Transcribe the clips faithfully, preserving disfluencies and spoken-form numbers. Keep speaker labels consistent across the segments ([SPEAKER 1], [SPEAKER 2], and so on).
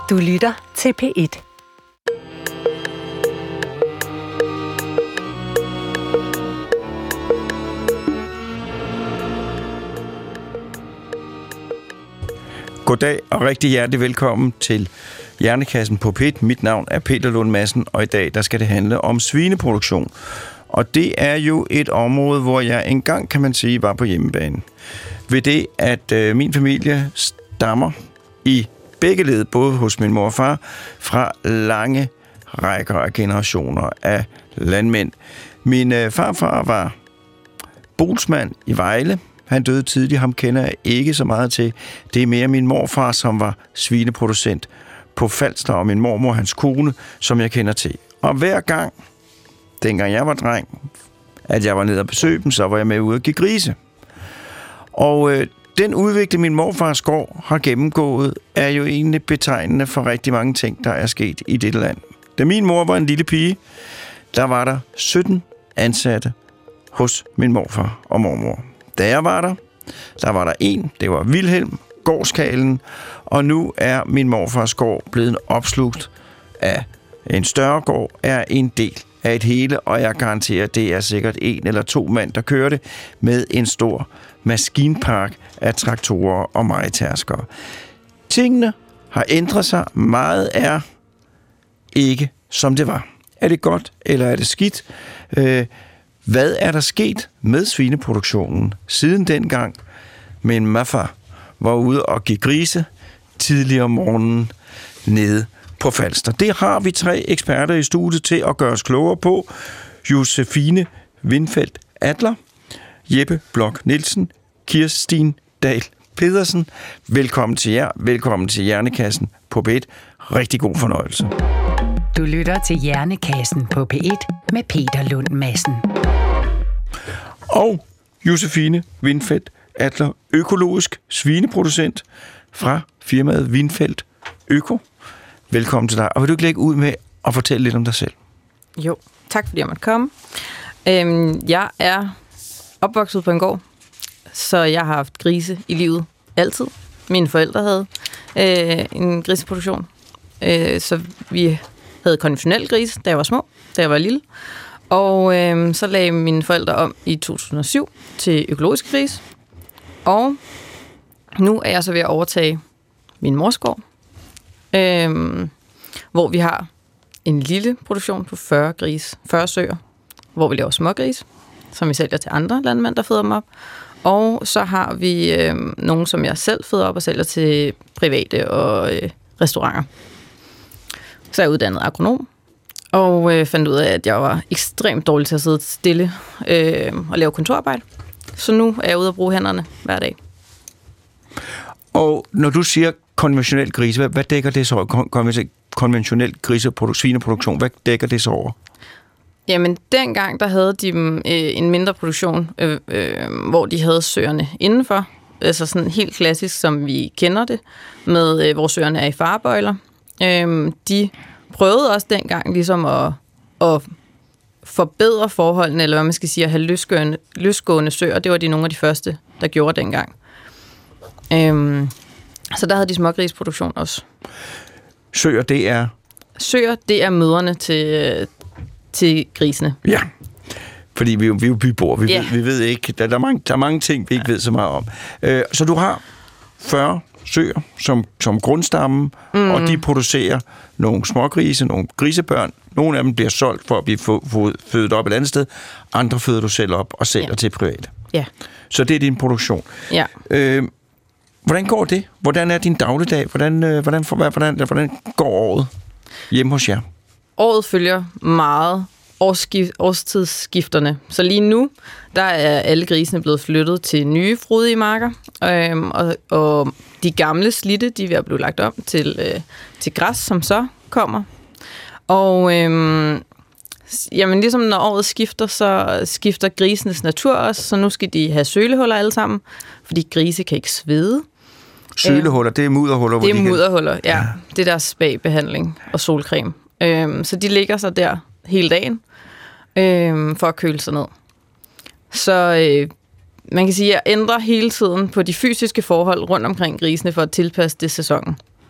[SPEAKER 1] Du lytter til P et.
[SPEAKER 2] Goddag og rigtig hjertelig velkommen til Hjernekassen på P et. Mit navn er Peter Lund Madsen, og i dag der skal det handle om svineproduktion. Og det er jo et område, hvor jeg engang, kan man sige, var på hjemmebane. Ved det, at øh, min familie stammer i begge led, både hos min mor og far, fra lange rækker af generationer af landmænd. Min øh, farfar var brugsmand i Vejle. Han døde tidligt, ham kender jeg ikke så meget til. Det er mere min morfar, som var svineproducent på Falster, og min mormor, hans kone, som jeg kender til. Og hver gang, dengang jeg var dreng, at jeg var nede og besøge dem, så var jeg med ude og give grise. Og øh, den udvikling, min morfars gård har gennemgået, er jo egentlig betegnende for rigtig mange ting, der er sket i dette land. Da min mor var en lille pige, der var der sytten ansatte hos min morfar og mormor. Da jeg var der, der var der en, det var Vilhelm, gårdskarlen, og nu er min morfars gård blevet opslugt af en større gård, er en del af et hele, og jeg garanterer, at det er sikkert en eller to mand, der kører det med en stor maskinpark af traktorer og mejetærskere. Tingene har ændret sig. Meget er ikke, som det var. Er det godt, eller er det skidt? Øh, hvad er der sket med svineproduktionen siden dengang min morfar var ude og give grise tidligere om morgenen nede på Falster? Det har vi tre eksperter i studiet til at gøre os klogere på. Josefine Windfeldt Adler, Jeppe Blok Nielsen, Kirstin Dahl Pedersen. Velkommen til jer. Velkommen til Hjernekassen på P et. Rigtig god fornøjelse.
[SPEAKER 1] Du lytter til Hjernekassen på P et med Peter Lund Madsen.
[SPEAKER 2] Og Josefine Windfeldt Adler, økologisk svineproducent fra firmaet Windfeldt Øko. Velkommen til dig. Og vil du ikke lægge ud med at fortælle lidt om dig selv?
[SPEAKER 3] Jo, tak fordi jeg måtte komme. Øhm, jeg er opvokset på en gård, så jeg har haft grise i livet altid. Mine forældre havde øh, en griseproduktion, øh, så vi havde konventionel grise, da jeg var små, da jeg var lille. Og øh, så lagde mine forældre om i to tusind og syv til økologisk gris. Og nu er jeg så ved at overtage min mors gård, øh, hvor vi har en lille produktion på fyrre grise, fyrre søer, hvor vi laver smågris, som vi sælger til andre landmænd, der føder dem op. Og så har vi øh, nogle, som jeg selv føder op og sælger til private og øh, restauranter. Så er jeg uddannet agronom, og øh, fandt ud af, at jeg var ekstremt dårlig til at sidde stille øh, og lave kontorarbejde. Så nu er jeg ude og bruge hænderne hver dag.
[SPEAKER 2] Og når du siger konventionel grise, hvad, hvad dækker det så over? Konventionel griseproduktion, svineproduktion, hvad dækker det så over?
[SPEAKER 3] Jamen, dengang der havde de øh, en mindre produktion, øh, øh, hvor de havde søerne indenfor. Altså sådan helt klassisk, som vi kender det, med øh, hvor søerne er i farebøjler. Øh, de prøvede også dengang ligesom at, at forbedre forholdene, eller hvad man skal sige, at have løsgående, løsgående søer. Det var de nogle af de første, der gjorde dengang. Øh, så der havde de smågrisproduktion også.
[SPEAKER 2] Søer, det er?
[SPEAKER 3] Søer, det er mødrene til... til grisene.
[SPEAKER 2] Ja, fordi vi, vi er jo byboer. Vi,
[SPEAKER 3] ja.
[SPEAKER 2] ved, vi ved ikke, der, der, er mange, der er mange ting, vi ikke ja. ved så meget om. Øh, så du har fyrre søer som, som grundstammen, mm. og de producerer nogle smågrise, nogle grisebørn. Nogle af dem bliver solgt for at blive født op et andet sted. Andre føder du selv op og sælger ja. til private.
[SPEAKER 3] Ja.
[SPEAKER 2] Så det er din produktion.
[SPEAKER 3] Ja.
[SPEAKER 2] Øh, hvordan går det? Hvordan er din dagligdag? Hvordan, øh, hvordan, hvordan, hvordan går året hjemme hos jer?
[SPEAKER 3] Året følger meget årsskif- årstidsskifterne. Så lige nu, der er alle grisene blevet flyttet til nye frodige marker, øhm, og, og de gamle slitte, de er ved at blive lagt om til, øh, til græs, som så kommer. Og øhm, jamen, ligesom når året skifter, så skifter grisenes natur også, så nu skal de have sølehuller alle sammen, fordi grise kan ikke svede.
[SPEAKER 2] Sølehuller, det er mudderhuller?
[SPEAKER 3] Det er mudderhuller, ja. ja. Det er deres spagbehandling og solcreme. Øhm, så de ligger så der hele dagen øhm, for at køle sig ned. Så øh, man kan sige, at jeg ændrer hele tiden på de fysiske forhold rundt omkring grisene for at tilpasse det sæsonen.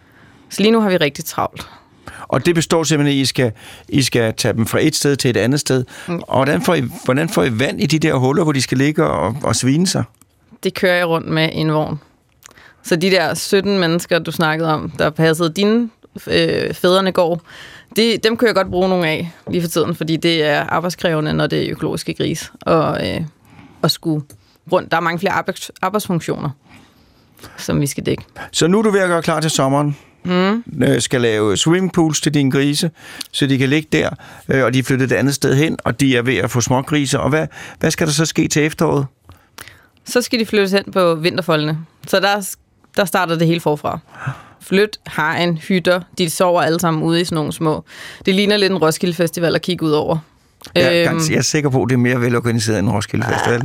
[SPEAKER 3] Så lige nu har vi rigtig travlt.
[SPEAKER 2] Og det består simpelthen i, at I skal, I skal tage dem fra et sted til et andet sted. Mm. Og hvordan får, I, hvordan får I vand i de der huller, hvor de skal ligge og, og svine sig?
[SPEAKER 3] Det kører jeg rundt med i en vogn. Så de der sytten mennesker, du snakkede om, der passede dine øh, fædrene går, de, dem kan jeg godt bruge nogle af lige for tiden, fordi det er arbejdskrævende, når det er økologiske gris. Og, øh, og skulle rundt. Der er mange flere arbejds, arbejdsfunktioner, som vi skal dække.
[SPEAKER 2] Så nu er du ved at gøre klar til sommeren. Mm. Skal lave swimmingpools til dine grise, så de kan ligge der, og de er flyttet et andet sted hen, og de er ved at få smågrise. Og hvad, hvad skal der så ske til efteråret?
[SPEAKER 3] Så skal de flyttes hen på vinterfoldene. Så der, der starter det hele forfra. Flyt, hegn, hytter, de sover alle sammen ude i sådan nogle små. Det ligner lidt en Roskilde Festival at kigge ud over.
[SPEAKER 2] Jeg er, øhm, jeg er sikker på, at det er mere velorganiseret end Roskilde Festival.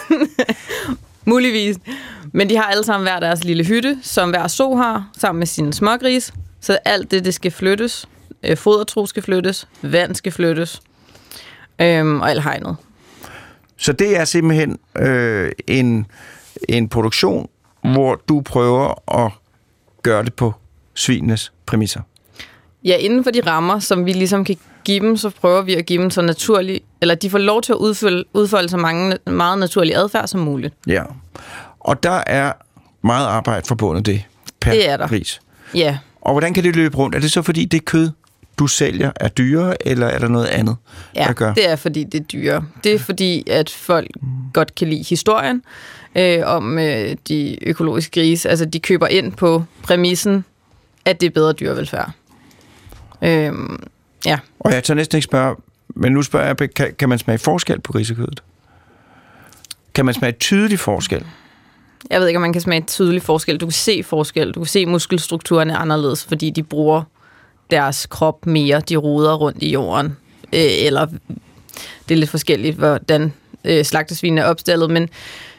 [SPEAKER 3] Muligvis. Men de har alle sammen hver deres lille hytte, som hver so har, sammen med sine smågris. Så alt det, det skal flyttes. Fodertro skal flyttes. Vand skal flyttes. Øhm, og alt hegnet.
[SPEAKER 2] Så det er simpelthen øh, en, en produktion, hvor du prøver at gøre det på svinenes præmisser.
[SPEAKER 3] Ja, inden for de rammer, som vi ligesom kan give dem, så prøver vi at give dem så naturligt, eller de får lov til at udfolde, udfolde så mange, meget naturlig adfærd som muligt.
[SPEAKER 2] Ja, og der er meget arbejde forbundet det per
[SPEAKER 3] det er der.
[SPEAKER 2] gris.
[SPEAKER 3] Ja.
[SPEAKER 2] Og hvordan kan det løbe rundt? Er det så fordi det kød, du sælger, er dyrere, eller er der noget andet,
[SPEAKER 3] ja,
[SPEAKER 2] der gør?
[SPEAKER 3] det er fordi det er dyrere. Det er fordi, at folk mm. godt kan lide historien øh, om øh, de økologiske grise. Altså, de køber ind på præmissen, at det er bedre dyrevelfærd. Øhm, ja.
[SPEAKER 2] Og jeg tager næsten ikke spørge, men nu spørger jeg, kan, kan man smage forskel på grisekødet? Kan man smage tydelig forskel?
[SPEAKER 3] Jeg ved ikke, om man kan smage tydelig forskel. Du kan se forskel. Du kan se muskelstrukturen er anderledes, fordi de bruger deres krop mere. De roder rundt i jorden. Øh, eller det er lidt forskelligt, hvordan øh, slagtesvinene er opstillet, men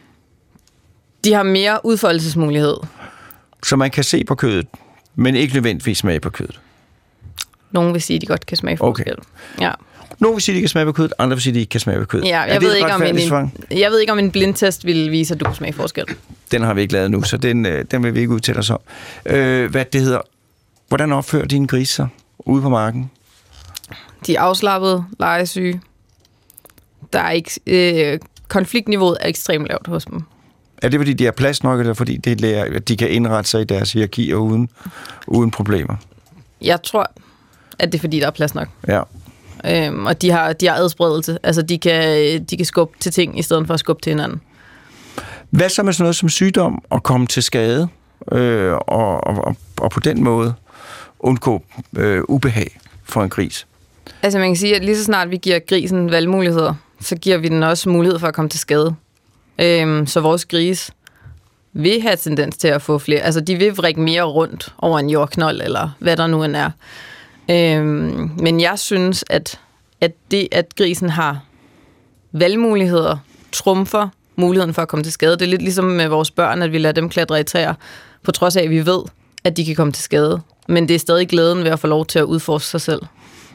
[SPEAKER 3] de har mere udfoldelsesmulighed.
[SPEAKER 2] Så man kan se på kødet, men ikke nødvendigvis smage på kødet?
[SPEAKER 3] Nogle vil sige, at de godt kan smage forskel. Okay. Ja.
[SPEAKER 2] Nogle vil sige, at de kan smage på kødet, andre vil sige, at de ikke kan smage på kødet.
[SPEAKER 3] Ja, jeg, ved ikke, om en, jeg ved ikke, om en blindtest vil vise, at du kan smage forskel.
[SPEAKER 2] Den har vi ikke lavet nu, så den, den vil vi ikke udtale os om. Øh, hvad det hedder? Hvordan opfører dine griser ude på marken?
[SPEAKER 3] De er afslappede, legesyge. Der er ikke, øh, konfliktniveauet er ekstremt lavt hos dem.
[SPEAKER 2] Er det, fordi de har plads nok, eller fordi det lærer, at de kan indrette sig i deres hierarkier uden, uden problemer?
[SPEAKER 3] Jeg tror, at det er, fordi der er plads nok.
[SPEAKER 2] Ja.
[SPEAKER 3] Øhm, og de har, de har adspredelse. Altså, de kan, de kan skubbe til ting, i stedet for at skubbe til hinanden.
[SPEAKER 2] Hvad så med sådan noget som sygdom og komme til skade, øh, og, og, og på den måde undgå øh, ubehag for en gris?
[SPEAKER 3] Altså, man kan sige, at lige så snart vi giver grisen valgmuligheder, så giver vi den også mulighed for at komme til skade. Øhm, så vores gris vil have tendens til at få flere. Altså, de vil vrikke mere rundt over en jordknold, eller hvad der nu end er. Øhm, men jeg synes, at, at det, at grisen har valgmuligheder, trumfer muligheden for at komme til skade. Det er lidt ligesom med vores børn, at vi lader dem klatre i træer, på trods af, at vi ved, at de kan komme til skade. Men det er stadig glæden ved at få lov til at udforske sig selv.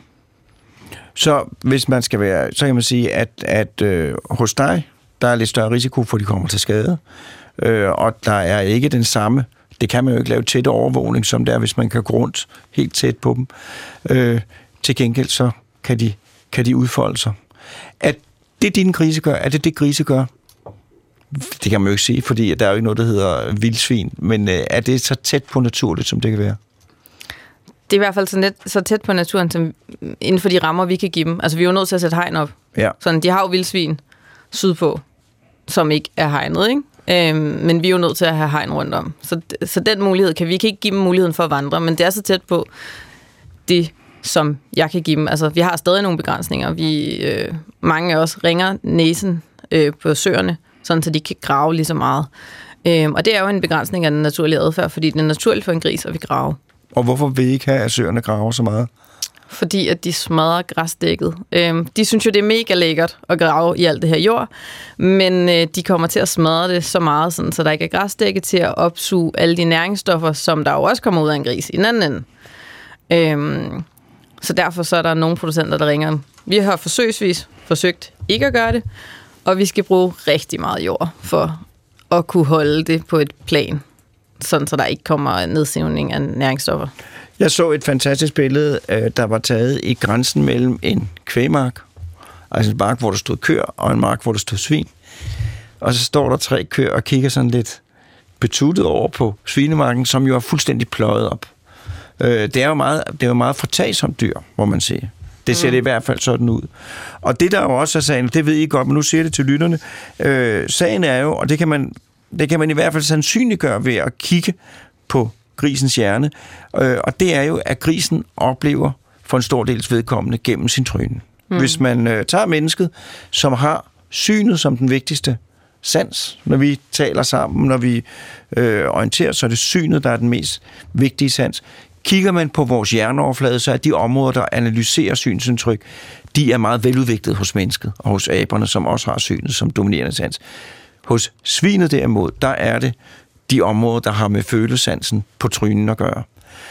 [SPEAKER 2] Så hvis man skal være, så kan man sige, at, at øh, hos dig, der er lidt større risiko for, at de kommer til skade. Øh, og der er ikke den samme, det kan man jo ikke lave tæt overvågning, som der, hvis man kan gå rundt helt tæt på dem. Øh, til gengæld, så kan de, kan de udfolde sig. Er det, dine grise gør? Er det det, grise gør? Det kan man jo ikke sige, fordi der er jo ikke noget, der hedder vildsvin. Men øh, er det så tæt på naturligt, som det kan være?
[SPEAKER 3] Det er i hvert fald så, net, så tæt på naturen, som inden for de rammer, vi kan give dem. Altså, vi er jo nødt til at sætte hegn op.
[SPEAKER 2] Ja.
[SPEAKER 3] Sådan, de har jo vildsvin sydpå, som ikke er hegnet, ikke? Øhm, men vi er jo nødt til at have hegn rundt om. Så, så den mulighed kan vi kan ikke give dem muligheden for at vandre, men det er så tæt på det, som jeg kan give dem. Altså, vi har stadig nogle begrænsninger. Vi, øh, mange af os ringer næsen øh, på søerne, sådan så de kan grave lige så meget. Øhm, og det er jo en begrænsning af den naturlige adfærd, fordi det er naturligt for en gris at vi grave.
[SPEAKER 2] Og hvorfor vil I ikke have, at søerne graver så meget?
[SPEAKER 3] Fordi at de smadrer græsdækket. Øhm, de synes jo, det er mega lækkert at grave i alt det her jord, men øh, de kommer til at smadre det så meget, sådan, så der ikke er græsdække til at opsuge alle de næringsstoffer, som der jo også kommer ud af en gris i den anden ende. Øhm, så derfor så er der nogle producenter, der ringer. Vi har forsøgsvis forsøgt ikke at gøre det, og vi skal bruge rigtig meget jord for at kunne holde det på et plan, sådan så der ikke kommer nedsivning af næringsstoffer.
[SPEAKER 2] Jeg så et fantastisk billede, der var taget i grænsen mellem en kvægmark, altså en mark, hvor der stod køer, og en mark, hvor der stod svin. Og så står der tre køer og kigger sådan lidt betuttet over på svinemarken, som jo er fuldstændig pløjet op. Det er jo meget, det er jo meget fortagsomt dyr, må man sige. Det ser mm. det i hvert fald sådan ud. Og det, der jo også er sagen, det ved I godt, men nu siger det til lytterne, øh, sagen er jo, og det kan, man, det kan man i hvert fald sandsynliggøre ved at kigge på grisens hjerne, øh, og det er jo, at grisen oplever for en stor dels vedkommende gennem sin tryne. Mm. Hvis man øh, tager mennesket, som har synet som den vigtigste sans, når vi taler sammen, når vi øh, orienterer, så er det synet, der er den mest vigtige sans. Kigger man på vores hjerneoverflade, så er de områder, der analyserer synsindtryk, de er meget veludviklet hos mennesket og hos aberne, som også har synet som dominerende sans. Hos svinet derimod, der er det de områder, der har med følesansen på trynen at gøre.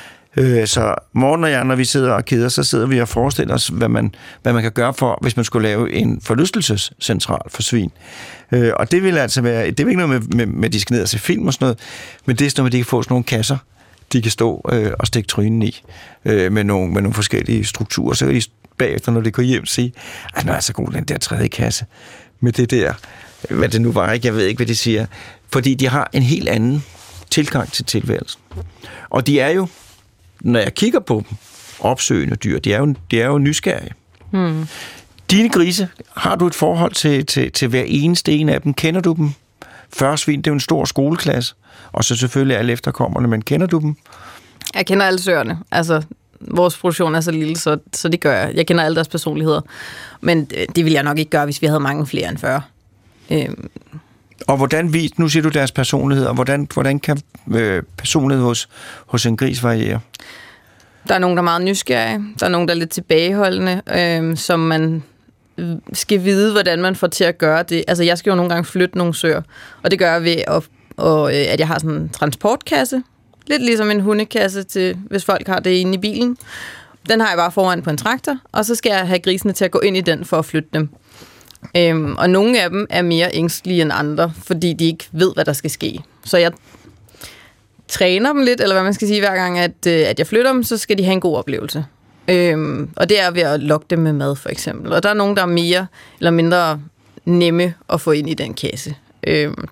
[SPEAKER 2] Så Morten og jeg, når vi sidder og keder, så sidder vi og forestiller os, hvad man, hvad man kan gøre for, hvis man skulle lave en forlystelsescentral for svin. Og det vil altså være, det er ikke noget med, med, med de skal ned og se film og sådan noget, men det er sådan noget, at de kan få sådan nogle kasser, de kan stå øh, og stikke trynen i øh, med, nogle, med nogle forskellige strukturer. Så kan de bagefter, når de går hjem, sige, at den er så god, den der tredje kasse med det der, hvad det nu var, ikke? Jeg ved ikke, hvad de siger. Fordi de har en helt anden tilgang til tilværelsen. Og de er jo, når jeg kigger på dem, opsøgende dyr, de er jo, de er jo nysgerrige. Hmm. Dine grise, har du et forhold til, til, til hver eneste en af dem? Kender du dem? fyrre svin, det er jo en stor skoleklasse. Og så selvfølgelig alle efterkommerne, men kender du dem?
[SPEAKER 3] Jeg kender alle søerne. Altså, vores produktion er så lille, så, så det gør jeg. Jeg kender alle deres personligheder. Men det ville jeg nok ikke gøre, hvis vi havde mange flere end fyrre. Øhm.
[SPEAKER 2] Og hvordan vis, nu siger du deres personlighed, og hvordan, hvordan kan øh, personlighed hos, hos en gris variere?
[SPEAKER 3] Der er nogen, der er meget nysgerrige. Der er nogen, der er lidt tilbageholdende, øh, som man skal vide, hvordan man får til at gøre det. Altså, jeg skal jo nogle gange flytte nogle søer, og det gør jeg ved, at, og, at jeg har sådan en transportkasse. Lidt ligesom en hundekasse, til, hvis folk har det inde i bilen. Den har jeg bare foran på en traktor, og så skal jeg have grisene til at gå ind i den for at flytte dem. Øhm, og nogle af dem er mere ængstelige end andre, fordi de ikke ved, hvad der skal ske. Så jeg træner dem lidt, eller hvad man skal sige, hver gang, at, at jeg flytter dem, så skal de have en god oplevelse. Øhm, og det er ved at lokke dem med mad, for eksempel. Og der er nogen, der er mere eller mindre nemme at få ind i den kasse. Øhm,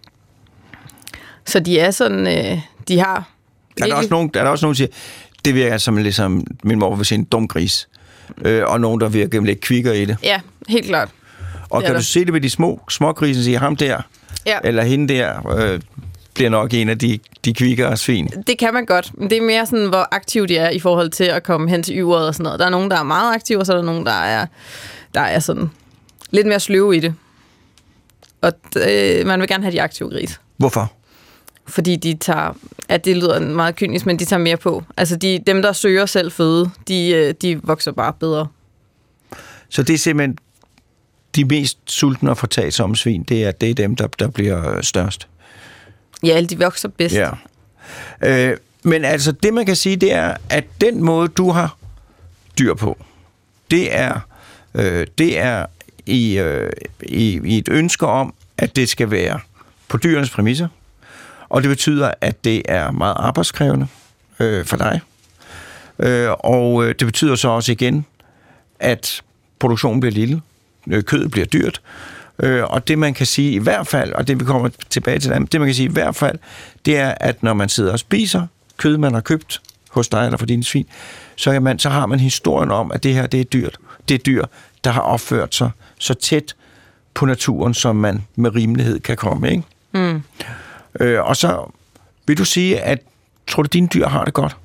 [SPEAKER 3] så de er sådan, øh, de har...
[SPEAKER 2] Er der, også nogen, er der også nogen, der siger, det virker som ligesom, min mor vil sige, en dum gris. Øh, og nogen, der virker lidt kvikker i det.
[SPEAKER 3] Ja, helt klart.
[SPEAKER 2] Og kan du se det ved de små, små grisen, siger ham der,
[SPEAKER 3] ja.
[SPEAKER 2] Eller hende der, øh, bliver nok en af de, de kvikkere svin?
[SPEAKER 3] Det kan man godt, men det er mere sådan, hvor aktive de er i forhold til at komme hen til yveret og sådan noget. Der er nogen, der er meget aktive, og så er der nogen, der er, der er sådan lidt mere sløve i det. Og øh, man vil gerne have de aktive gris.
[SPEAKER 2] Hvorfor?
[SPEAKER 3] Fordi de tager, at det lyder meget kynisk, men de tager mere på. Altså de, dem, der søger selv føde, de, de vokser bare bedre. Så
[SPEAKER 2] det er simpelthen de mest sultne og fortagsomme svin, det er, det er dem, der, der bliver størst?
[SPEAKER 3] Ja, de vokser bedst.
[SPEAKER 2] Ja. Øh, men altså, det man kan sige, det er, at den måde, du har dyr på, det er, øh, det er i, øh, i, i et ønske om, at det skal være på dyrenes præmisser, og det betyder, at det er meget arbejdskrævende øh, for dig. Øh, og det betyder så også igen, at produktionen bliver lille, øh, kødet bliver dyrt, øh, og det man kan sige i hvert fald, og det vi kommer tilbage til, det man kan sige i hvert fald, det er, at når man sidder og spiser kød, man har købt hos dig eller for dine svin, så, kan man, så har man historien om, at det her det er dyrt. Det er dyr, der har opført sig så tæt på naturen, som man med rimelighed kan komme, ikke? Mm. Øh, og så vil du sige, at tror du, dine dyr har det godt?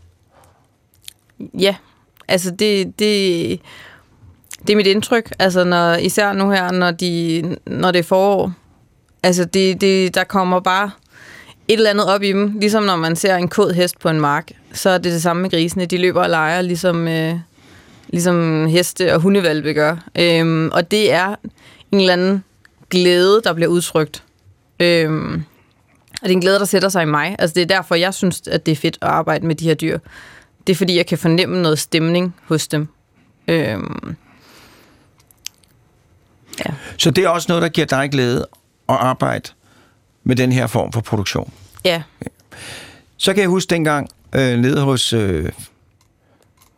[SPEAKER 3] Ja, altså det, det, det er mit indtryk. Altså når, især nu her, når, de, når det er forår. Altså det, det, der kommer bare et eller andet op i dem. Ligesom når man ser en kod hest på en mark, så er det det samme med grisene. De løber og leger, ligesom, øh, ligesom heste og hundevalpe gør. Øhm, og det er en eller anden glæde, der bliver udtrykt. Øhm, og det er en glæde, der sætter sig i mig. Altså det er derfor, jeg synes, at det er fedt at arbejde med de her dyr. Det er fordi, jeg kan fornemme noget stemning hos dem. Øhm, ja.
[SPEAKER 2] Så det er også noget, der giver dig glæde at arbejde med den her form for produktion?
[SPEAKER 3] Ja.
[SPEAKER 2] Så kan jeg huske dengang øh, nede hos, øh,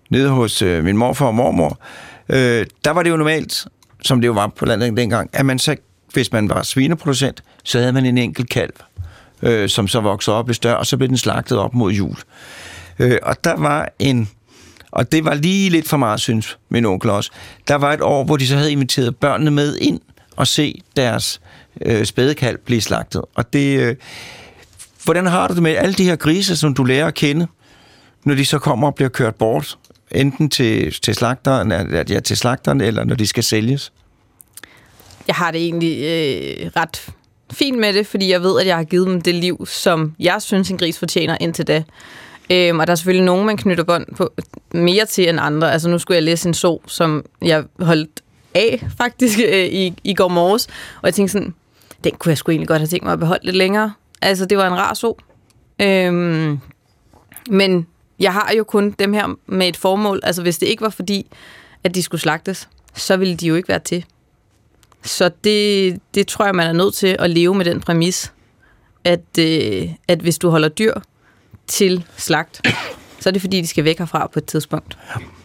[SPEAKER 2] nede hos øh, min morfar og mormor, øh, der var det jo normalt, som det jo var på landet dengang, at man så, hvis man var svineproducent, så havde man en enkelt kalv, øh, som så voksede op i større, og så blev den slagtet op mod jul. Øh, og der var en, og det var lige lidt for meget, synes min onkel også, der var et år, hvor de så havde inviteret børnene med ind og se deres øh, spædekalv blive slagtet. Og det, øh, hvordan har du det med alle de her grise, som du lærer at kende, når de så kommer og bliver kørt bort, enten til, til, slagteren, ja, til slagteren, eller når de skal sælges?
[SPEAKER 3] Jeg har det egentlig øh, ret fint med det, fordi jeg ved, at jeg har givet dem det liv, som jeg synes, en gris fortjener indtil da. Øhm, og der er selvfølgelig nogen, man knytter bånd på mere til end andre. Altså nu skulle jeg læse en so, som jeg holdt af faktisk øh, i, i går morges, og jeg tænkte sådan, den kunne jeg sgu egentlig godt have tænkt mig at beholde lidt længere. Altså det var en rar so. Øhm, men jeg har jo kun dem her med et formål. Altså hvis det ikke var fordi, at de skulle slagtes, så ville de jo ikke være til. Så det, det tror jeg, man er nødt til at leve med den præmis, at, øh, at hvis du holder dyr til slagt, så er det fordi, de skal væk herfra på et tidspunkt.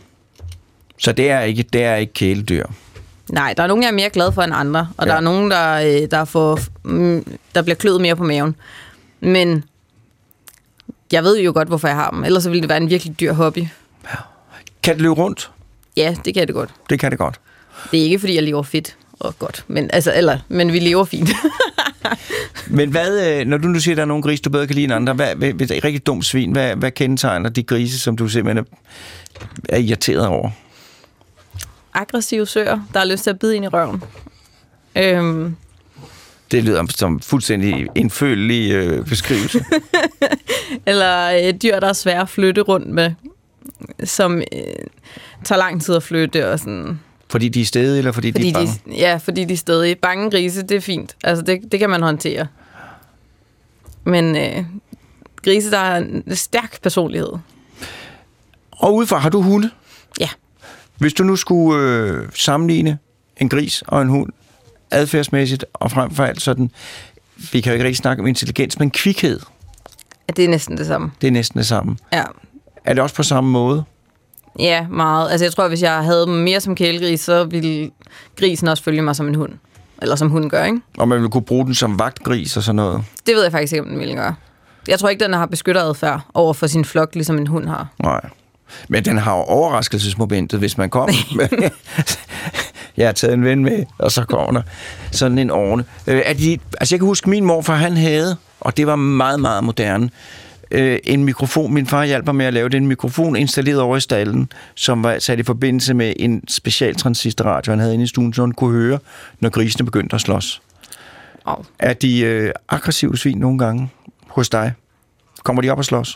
[SPEAKER 3] Så
[SPEAKER 2] det er ikke, det er ikke kæledyr?
[SPEAKER 3] Nej, der er nogen, jeg er mere glad for end andre, og ja. Der er nogen, der, der, får, der bliver kløet mere på maven. Men jeg ved jo godt, hvorfor jeg har dem. Ellers så ville det være en virkelig dyr hobby.
[SPEAKER 2] Ja. Kan det løbe rundt?
[SPEAKER 3] Ja, det kan det godt.
[SPEAKER 2] Det kan det godt.
[SPEAKER 3] Det er ikke, fordi jeg lever fedt og godt, men, altså, eller, men vi lever fint.
[SPEAKER 2] Men hvad, når du nu siger, at der er nogle grise, du bedre kan lide end andre, hvad, hvad, et rigtig dumt svin, hvad, hvad kendetegner de grise, som du simpelthen er, er irriteret over?
[SPEAKER 3] Aggressive søer, der har lyst til at bide ind i røven. Øhm.
[SPEAKER 2] Det lyder som fuldstændig indfølelig øh, beskrivelse.
[SPEAKER 3] Eller øh, dyr, der er svære at flytte rundt med, som øh, tager lang tid at flytte og sådan.
[SPEAKER 2] Fordi de er stedige, eller fordi, fordi de er bange?
[SPEAKER 3] De, ja, fordi de er stedige. Bange grise, det er fint. Altså, det, det kan man håndtere. Men øh, grise, der har en stærk personlighed.
[SPEAKER 2] Og udefra, har du hunde?
[SPEAKER 3] Ja.
[SPEAKER 2] Hvis du nu skulle øh, sammenligne en gris og en hund, adfærdsmæssigt og frem for alt sådan, vi kan jo ikke rigtig snakke om intelligens, men kvikhed.
[SPEAKER 3] Ja, det er næsten det samme.
[SPEAKER 2] Det er næsten det samme.
[SPEAKER 3] Ja.
[SPEAKER 2] Er det også på samme måde?
[SPEAKER 3] Ja, meget. Altså jeg tror, hvis jeg havde dem mere som kælegris, så ville grisen også følge mig som en hund. Eller som hunden gør, ikke?
[SPEAKER 2] Og man ville kunne bruge den som vagtgris og sådan noget?
[SPEAKER 3] Det ved jeg faktisk ikke, om den ville gøre. Jeg tror ikke, den har beskytteradfærd over for sin flok, ligesom en hund har.
[SPEAKER 2] Nej. Men den har jo overraskelsesmomentet, hvis man kommer. Jeg har taget en ven med, og så kommer der sådan en orne. Øh, at de, altså jeg kan huske, min morfar, han havde, og det var meget, meget moderne, øh, en mikrofon. Min far hjalp mig med at lave den mikrofon installeret over i stallen, som var sat i forbindelse med en special transistorradio, han havde inde i stuen, så han kunne høre, når grisene begyndte at slås.
[SPEAKER 3] Oh.
[SPEAKER 2] Er de øh, aggressive svin nogle gange hos dig? Kommer de op og slås?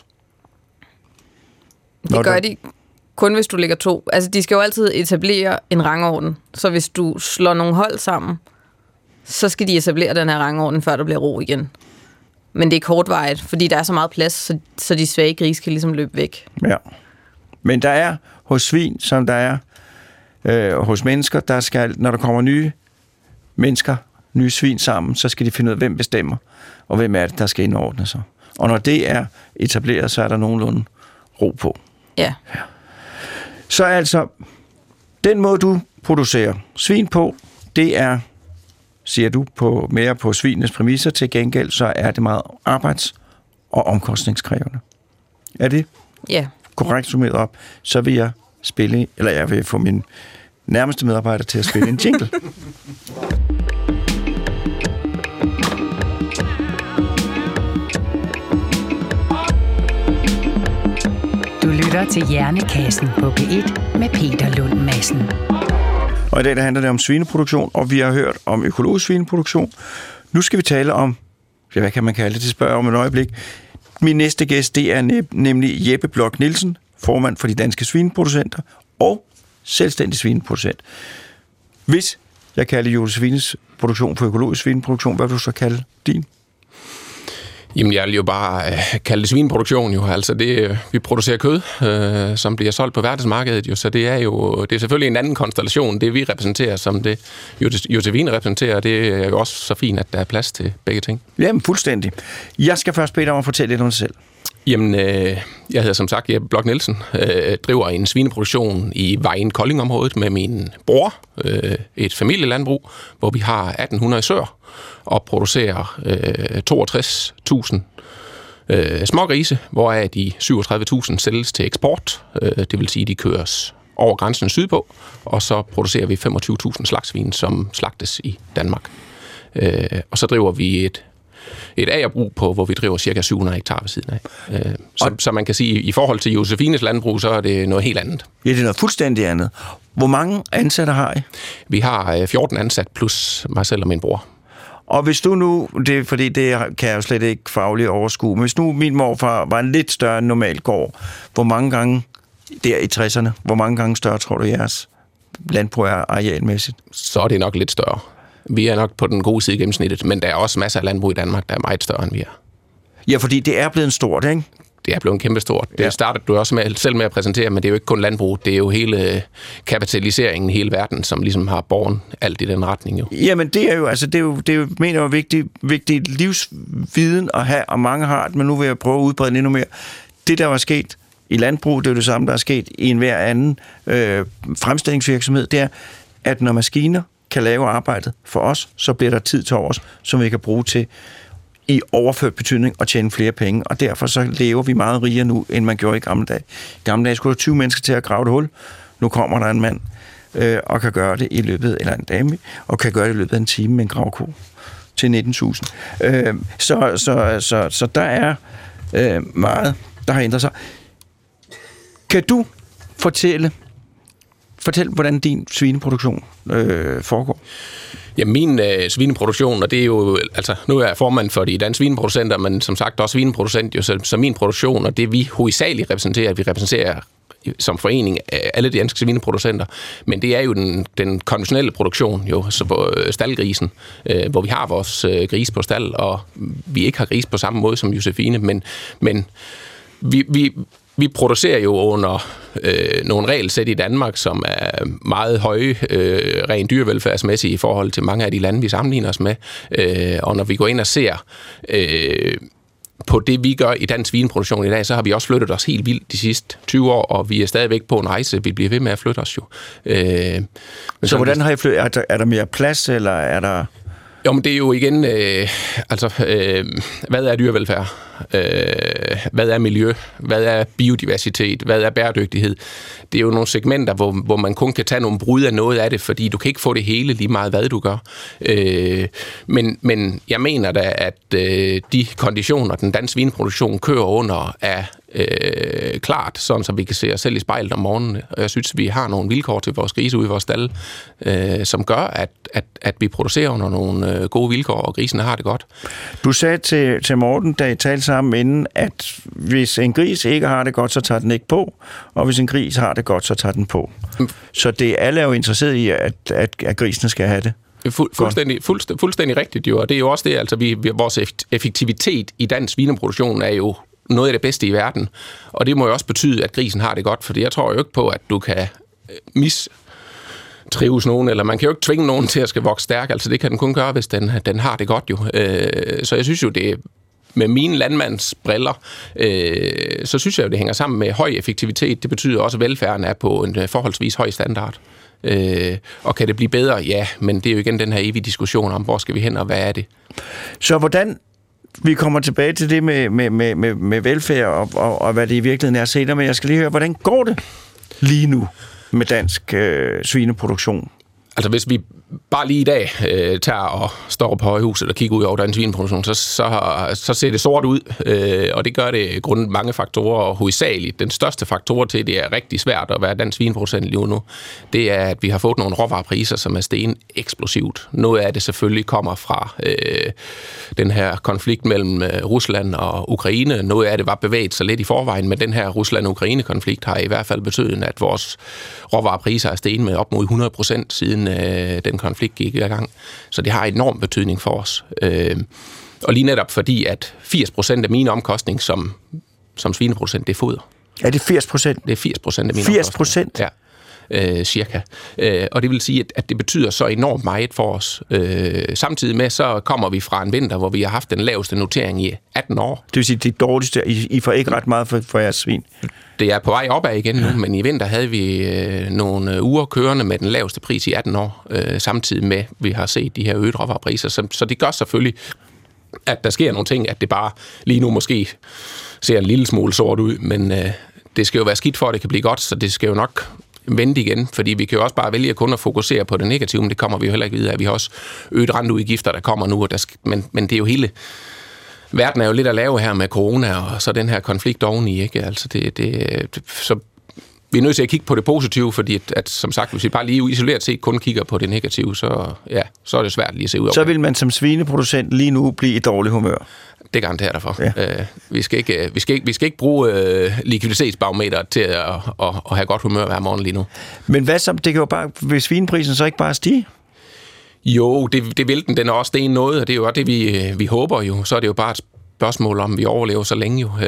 [SPEAKER 3] Det gør de kun, hvis du lægger to. Altså, de skal jo altid etablere en rangorden. Så hvis du slår nogle hold sammen, så skal de etablere den her rangorden, før der bliver ro igen. Men det er kortvarigt, fordi der er så meget plads, så, så de svage grise kan ligesom løbe væk.
[SPEAKER 2] Ja. Men der er hos svin, som der er øh, hos mennesker, der skal, når der kommer nye mennesker, nye svin sammen, så skal de finde ud af, hvem bestemmer, og hvem er det, der skal indordne sig. Og når det er etableret, så er der nogenlunde ro på.
[SPEAKER 3] Ja.
[SPEAKER 2] Ja. Så altså, den måde, du producerer svin på, det er, siger du, på, mere på svinenes præmisser. Til gengæld, så er det meget arbejds- og omkostningskrævende. Er det
[SPEAKER 3] ja.
[SPEAKER 2] korrekt summeret op? Så vil jeg spille, eller jeg vil få min nærmeste medarbejder til at spille en jingle.
[SPEAKER 1] Du lytter til Hjernekassen på P et med Peter Lund Madsen.
[SPEAKER 2] Og i dag der handler det om svineproduktion, og vi har hørt om økologisk svineproduktion. Nu skal vi tale om, ja, hvad kan man kalde det, det spørger om et øjeblik. Min næste gæst, det er nemlig Jeppe Bloch Nielsen, formand for de danske svineproducenter og selvstændig svineproducent. Hvis jeg kalder Josefines produktion for økologisk svineproduktion, hvad vil du så kalde din?
[SPEAKER 4] Jamen, jeg vil jo bare øh, kalde det svineproduktion jo. Altså, det, vi producerer kød, øh, som bliver solgt på verdensmarkedet jo, så det er jo det er selvfølgelig en anden konstellation, det vi repræsenterer, som det Josefine repræsenterer, det er jo også så fint, at der er plads til begge ting.
[SPEAKER 2] Jamen, fuldstændig. Jeg skal først bede dig om at fortælle lidt om dig selv.
[SPEAKER 4] Jamen, øh, jeg hedder som sagt Jeppe Bloch Nielsen, øh, driver en svineproduktion i Vejen-Kolding-området med min bror, øh, et familielandbrug, hvor vi har atten hundrede søer og producerer øh, toogtres tusind øh, smågrise, hvoraf de syvogtredive tusind sælges til eksport, øh, det vil sige, de køres over grænsen sydpå, og så producerer vi femogtyve tusind slagtsvin, som slagtes i Danmark. Øh, og så driver vi et et agerbrug på, hvor vi driver cirka syv hundrede hektar ved siden af. Øh, så, så man kan sige, i forhold til Josefines landbrug, så er det noget helt andet.
[SPEAKER 2] Ja, det er noget fuldstændig andet. Hvor mange ansatte har I?
[SPEAKER 4] Vi har fjorten ansat plus mig selv og min bror.
[SPEAKER 2] Og hvis du nu, det er, fordi det kan jeg jo slet ikke fagligt overskue, men hvis nu min morfar var en lidt større end normalt gård, hvor mange gange, der i tresserne, hvor mange gange større tror du jeres landbrug er arealmæssigt?
[SPEAKER 4] Så er det nok lidt større. Vi er nok på den gode side i gennemsnittet, men der er også masser af landbrug i Danmark, der er meget større, end vi er.
[SPEAKER 2] Ja, fordi det er blevet stort, ikke?
[SPEAKER 4] Det er blevet kæmpestort. Det
[SPEAKER 2] ja.
[SPEAKER 4] startede du også med, selv med at præsentere, men det er jo ikke kun landbrug, det er jo hele kapitaliseringen i hele verden, som ligesom har båren alt i den retning. Jo.
[SPEAKER 2] Jamen, det er jo, altså, det er jo, det er jo, mener jeg, vigtig, vigtig livsviden at have, og mange har det, men nu vil jeg prøve at udbrede den endnu mere. Det, der var sket i landbrug, det er jo det samme, der er sket i enhver anden øh, fremstillingsvirksomhed, det er, at når maskiner kan lave arbejdet for os, så bliver der tid til os, som vi kan bruge til i overført betydning at tjene flere penge, og derfor så lever vi meget rigere nu, end man gjorde i gamle dage. I gamle dage skulle der tyve mennesker til at grave et hul. Nu kommer der en mand øh, og kan gøre det i løbet, eller en dame, og kan gøre det i løbet af en time med en gravko til nitten tusind. Øh, så, så, så, så der er øh, meget, der har ændret sig. Kan du fortælle Fortæl, hvordan din svineproduktion øh, foregår.
[SPEAKER 4] Ja, min øh, svineproduktion, og det er jo, altså nu er jeg formand for de danske svineproducenter, men som sagt også svineproducent, jo, så, så min produktion, og det vi hovedsageligt repræsenterer, vi repræsenterer som forening af alle de danske svineproducenter, men det er jo den, den konventionelle produktion, jo, så på staldgrisen, øh, hvor vi har vores øh, gris på stald, og vi ikke har gris på samme måde som Josefine, men, men vi, vi Vi producerer jo under øh, nogle regelsæt i Danmark, som er meget høje, øh, rent dyrevelfærdsmæssigt i forhold til mange af de lande, vi sammenligner os med. Øh, og når vi går ind og ser øh, på det, vi gør i dansk svineproduktion i dag, så har vi også flyttet os helt vildt de sidste tyve år, og vi er stadigvæk på en rejse. Vi bliver ved med at flytte os jo. Øh,
[SPEAKER 2] så hvordan har I flyttet? Er der, er der mere plads, eller er der...
[SPEAKER 4] Jo, men det er jo igen, øh, altså, øh, hvad er dyrevelfærd? Øh, hvad er miljø? Hvad er biodiversitet? Hvad er bæredygtighed? Det er jo nogle segmenter, hvor, hvor man kun kan tage nogle brud af noget af det, fordi du kan ikke få det hele lige meget, hvad du gør. Øh, men, men jeg mener da, at øh, de konditioner, den danske svineproduktion kører under, er øh, klart, sådan så vi kan se os selv i spejlet om morgenen. Og jeg synes, vi har nogle vilkår til vores grise ude i vores stald, øh, som gør, at, at, at vi producerer under nogle øh, gode vilkår, og grisene har det godt.
[SPEAKER 2] Du sagde til, til Morten, da I talte sammen inden, at hvis en gris ikke har det godt, så tager den ikke på, og hvis en gris har det godt, så tager den på. Så det alle er jo interesseret i, at, at, at grisene skal have det.
[SPEAKER 4] Fu- fuldstændig, fuldstændig, fuldstændig rigtigt jo, og det er jo også det, altså vi, vi, vores effektivitet i dansk svineproduktion er jo noget af det bedste i verden, og det må jo også betyde, at grisen har det godt, for jeg tror jo ikke på, at du kan mis trives nogen, eller man kan jo ikke tvinge nogen til at skal vokse stærk, altså det kan den kun gøre, hvis den, den har det godt jo. Øh, så jeg synes jo, det med mine landmandsbriller, øh, så synes jeg jo, det hænger sammen med høj effektivitet. Det betyder også, at velfærden er på en forholdsvis høj standard. Øh, og kan det blive bedre? Ja, men det er jo igen den her evige diskussion om, hvor skal vi hen, og hvad er det?
[SPEAKER 2] Så hvordan, vi kommer tilbage til det med, med, med, med, med velfærd, og, og, og hvad det i virkeligheden er senere, men jeg skal lige høre, hvordan går det lige nu med dansk øh, svineproduktion? Altså
[SPEAKER 4] hvis vi bare lige i dag øh, tager og står på højhuset og kigger ud over den svineproduktion, så, så, så ser det sort ud, øh, og det gør det grundet mange faktorer, og hovedsageligt den største faktor til, det er rigtig svært at være dansk svineproducent lige nu, det er, at vi har fået nogle råvarepriser, som er steget eksplosivt. Noget af det selvfølgelig kommer fra øh, den her konflikt mellem øh, Rusland og Ukraine. Noget af det var bevæget sig lidt i forvejen, men den her Rusland-Ukraine-konflikt har i hvert fald betydet, at vores råvarepriser er steget med op mod hundrede procent siden øh, den konflikt gik i gang. Så det har enorm betydning for os. Øh, og lige netop fordi, at firs procent af mine omkostninger som, som svineproducent, det er foder.
[SPEAKER 2] Er det firs procent?
[SPEAKER 4] Det er firs procent af mine
[SPEAKER 2] firs procent?
[SPEAKER 4] Ja. øh, cirka. Øh, og det vil sige, at, at det betyder så enormt meget for os. Øh, samtidig med, så kommer vi fra en vinter, hvor vi har haft den laveste notering i atten år.
[SPEAKER 2] Det vil sige, det dårligste, I, I får ikke ret meget for, for jeres svin?
[SPEAKER 4] Det er på vej opad igen nu, men i vinter havde vi øh, nogle uger kørende med den laveste pris i atten år, øh, samtidig med, at vi har set de her øgede råvarepriser. Så, så det gør selvfølgelig, at der sker nogle ting, at det bare lige nu måske ser en lille smule sort ud, men øh, det skal jo være skidt for, at det kan blive godt, så det skal jo nok vente igen, fordi vi kan jo også bare vælge kun at fokusere på det negative, men det kommer vi jo heller ikke videre af. Vi har også øget renteudgifter, der kommer nu, og der skal, men, men det er jo hele... Verden er jo lidt at lave her med corona, og så den her konflikt oveni, ikke? Altså det, det, så vi er nødt til at kigge på det positive, fordi at, at som sagt, hvis vi bare lige isoleret set kun kigger på det negative, så, ja, så er det svært lige at se ud over.
[SPEAKER 2] Så vil man som svineproducent lige nu blive i dårlig humør?
[SPEAKER 4] Det garanterer jeg for.
[SPEAKER 2] Ja.
[SPEAKER 4] Øh, vi, skal ikke, vi, skal ikke, vi skal ikke bruge øh, likviditetsbarometer til at, at, at, at have godt humør hver morgen lige nu.
[SPEAKER 2] Men hvad så? Det kan jo bare, vil svineprisen så ikke bare stige?
[SPEAKER 4] Jo, det, det vil den. Den er også sten noget, og det er jo også det, vi, vi håber jo. Så er det jo bare et spørgsmål om, vi overlever så længe jo.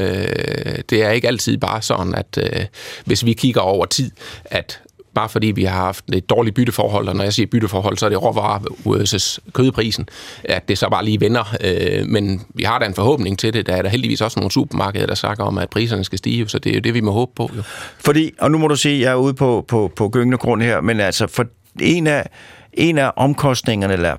[SPEAKER 4] Det er ikke altid bare sådan, at hvis vi kigger over tid, at bare fordi vi har haft et dårligt bytteforhold, og når jeg siger bytteforhold, så er det råvarer versus kødprisen, at det så bare lige vender. Men vi har da en forhåbning til det. Der er der heldigvis også nogle supermarkeder, der snakker om, at priserne skal stige, så det er jo det, vi må håbe på. Jo.
[SPEAKER 2] Fordi, og nu må du se, at jeg er ude på, på, på gyngende grund her, men altså for en af En af omkostningerne eller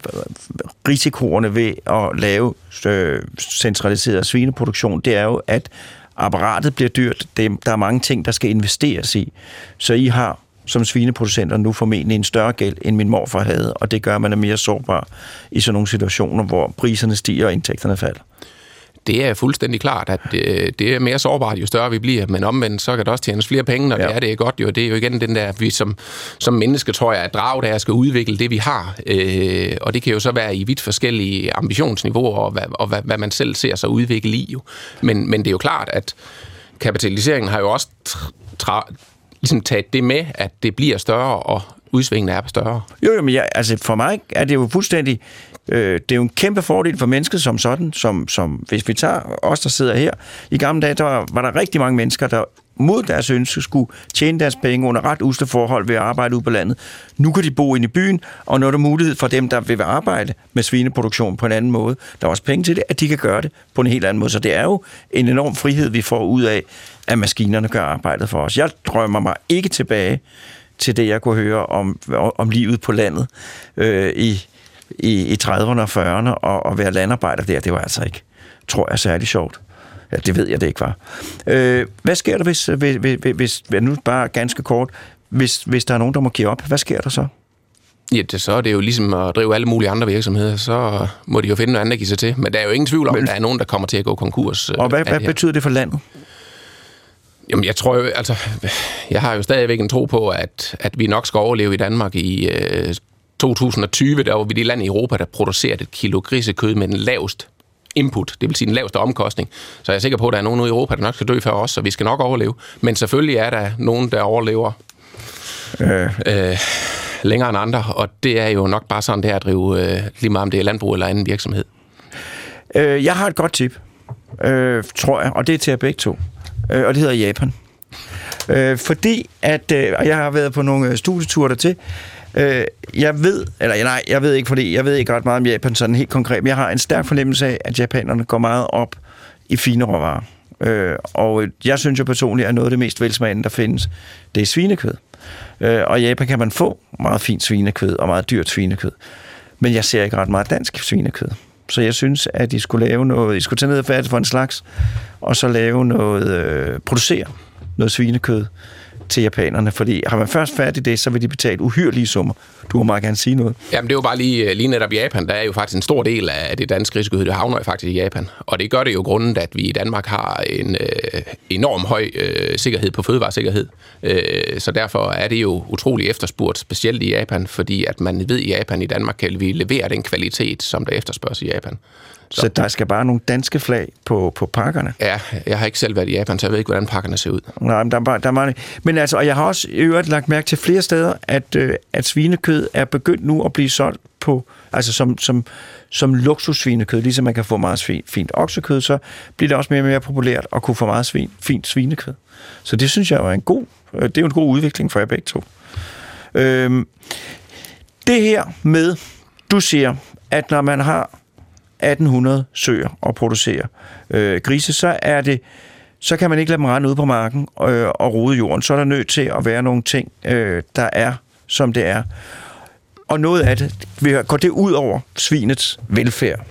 [SPEAKER 2] risikoerne ved at lave øh, centraliseret svineproduktion, det er jo, at apparatet bliver dyrt. Det, der er mange ting, der skal investeres i. Så I har som svineproducenter nu formentlig en større gæld, end min morfar havde, og det gør, at man er mere sårbar i sådan nogle situationer, hvor priserne stiger og indtægterne falder.
[SPEAKER 4] Det er fuldstændig klart, at det, det er mere sårbart, jo større vi bliver, men omvendt, så kan der også tjenes flere penge, og ja. det er det godt jo. Det er jo igen den der, at vi som, som mennesker, tror jeg, at drage der skal udvikle det, vi har. Øh, og det kan jo så være i vidt forskellige ambitionsniveauer, og, hvad, og hvad, hvad man selv ser sig udvikle i. Jo. Men, men det er jo klart, at kapitaliseringen har jo også tra- ligesom taget det med, at det bliver større, og udsvingene er større.
[SPEAKER 2] Jo, jo, men jeg, altså for mig er det jo fuldstændig... Øh, det er jo en kæmpe fordel for mennesket som sådan, som, som hvis vi tager os, der sidder her. I gamle dage, der var, var der rigtig mange mennesker, der mod deres ønske skulle tjene deres penge under ret usle forhold ved at arbejde ude på landet. Nu kan de bo inde i byen, og nu er der mulighed for dem, der vil arbejde med svineproduktion på en anden måde. Der er også penge til det, at de kan gøre det på en helt anden måde. Så det er jo en enorm frihed, vi får ud af, at maskinerne gør arbejdet for os. Jeg drømmer mig ikke tilbage til det, jeg kunne høre om, om livet på landet øh, i i, i trediverne og fyrrerne, og, og være landarbejder der, det var altså ikke, tror jeg, særlig sjovt. Ja, det ved jeg, det ikke var. Øh, hvad sker der, hvis, hvis, hvis, hvis, nu bare ganske kort, hvis, hvis der er nogen, der må give op, hvad sker der så?
[SPEAKER 4] Ja, det, så er det jo ligesom at drive alle mulige andre virksomheder, så må de jo finde noget andet at give sig til. Men der er jo ingen tvivl om, Men, at der er nogen, der kommer til at gå konkurs.
[SPEAKER 2] Og hvad, hvad betyder det for landet?
[SPEAKER 4] Jamen, jeg tror jo, altså, jeg har jo stadigvæk en tro på, at, at vi nok skal overleve i Danmark i øh, to tusind og tyve, der var vi det land i Europa, der producerede et kilo grisekød med den laveste input, det vil sige den laveste omkostning. Så jeg er sikker på, at der er nogen i Europa, der nok skal dø før os, så vi skal nok overleve. Men selvfølgelig er der nogen, der overlever øh. Øh, længere end andre, og det er jo nok bare sådan, det er at drive øh, lige meget om det er landbrug eller anden virksomhed.
[SPEAKER 2] Øh, jeg har et godt tip, øh, tror jeg, og det er til jer begge to, øh, og det hedder Japan. Øh, fordi at, øh, og jeg har været på nogle studieture dertil, øh, jeg ved, eller nej, jeg ved ikke, fordi jeg ved ikke ret meget om Japan sådan helt konkret, men jeg har en stærk fornemmelse af, at japanerne går meget op i fine råvarer. Øh, og jeg synes jo personligt, at noget af det mest velsmagende, der findes, det er svinekød. Øh, og i Japan kan man få meget fint svinekød og meget dyrt svinekød. Men jeg ser ikke ret meget dansk svinekød. Så jeg synes, at de skulle lave noget, I skulle tage ned og færdigt for en slags, og så lave noget, øh, producere noget svinekød til japanerne, fordi har man først færdigt det, så vil de betale uhyrlige summer. Du må meget gerne sige noget. Jamen
[SPEAKER 4] det er jo bare lige, lige netop Japan, der er jo faktisk en stor del af det danske grisekød, det havner jo faktisk i Japan. Og det gør det jo grundet, at vi i Danmark har en øh, enorm høj øh, sikkerhed på fødevaresikkerhed. Øh, så derfor er det jo utrolig efterspurgt, specielt i Japan, fordi at man ved i Japan, i Danmark kan vi levere den kvalitet, som der efterspørges i Japan.
[SPEAKER 2] Så. så der skal bare nogle danske flag på, på pakkerne?
[SPEAKER 4] Ja, jeg har ikke selv været i Japan, så jeg ved ikke, hvordan pakkerne ser ud.
[SPEAKER 2] Nej, men der er, bare, der er meget. Men altså, og jeg har også i øvrigt lagt mærke til flere steder, at, øh, at svinekød er begyndt nu at blive solgt på, altså som, som, som luksussvinekød, ligesom man kan få meget fint, fint oksekød, så bliver det også mere og mere populært at kunne få meget svin, fint svinekød. Så det synes jeg er en god Det er jo en god udvikling for jer begge to. Øhm, det her med, du siger, at når man har atten hundrede søer og producerer øh, grise, så er det, så kan man ikke lade dem rende ud på marken øh, og rode jorden. Så er der nødt til at være nogle ting, øh, der er, som det er. Og noget af det, går det ud over svinets velfærd?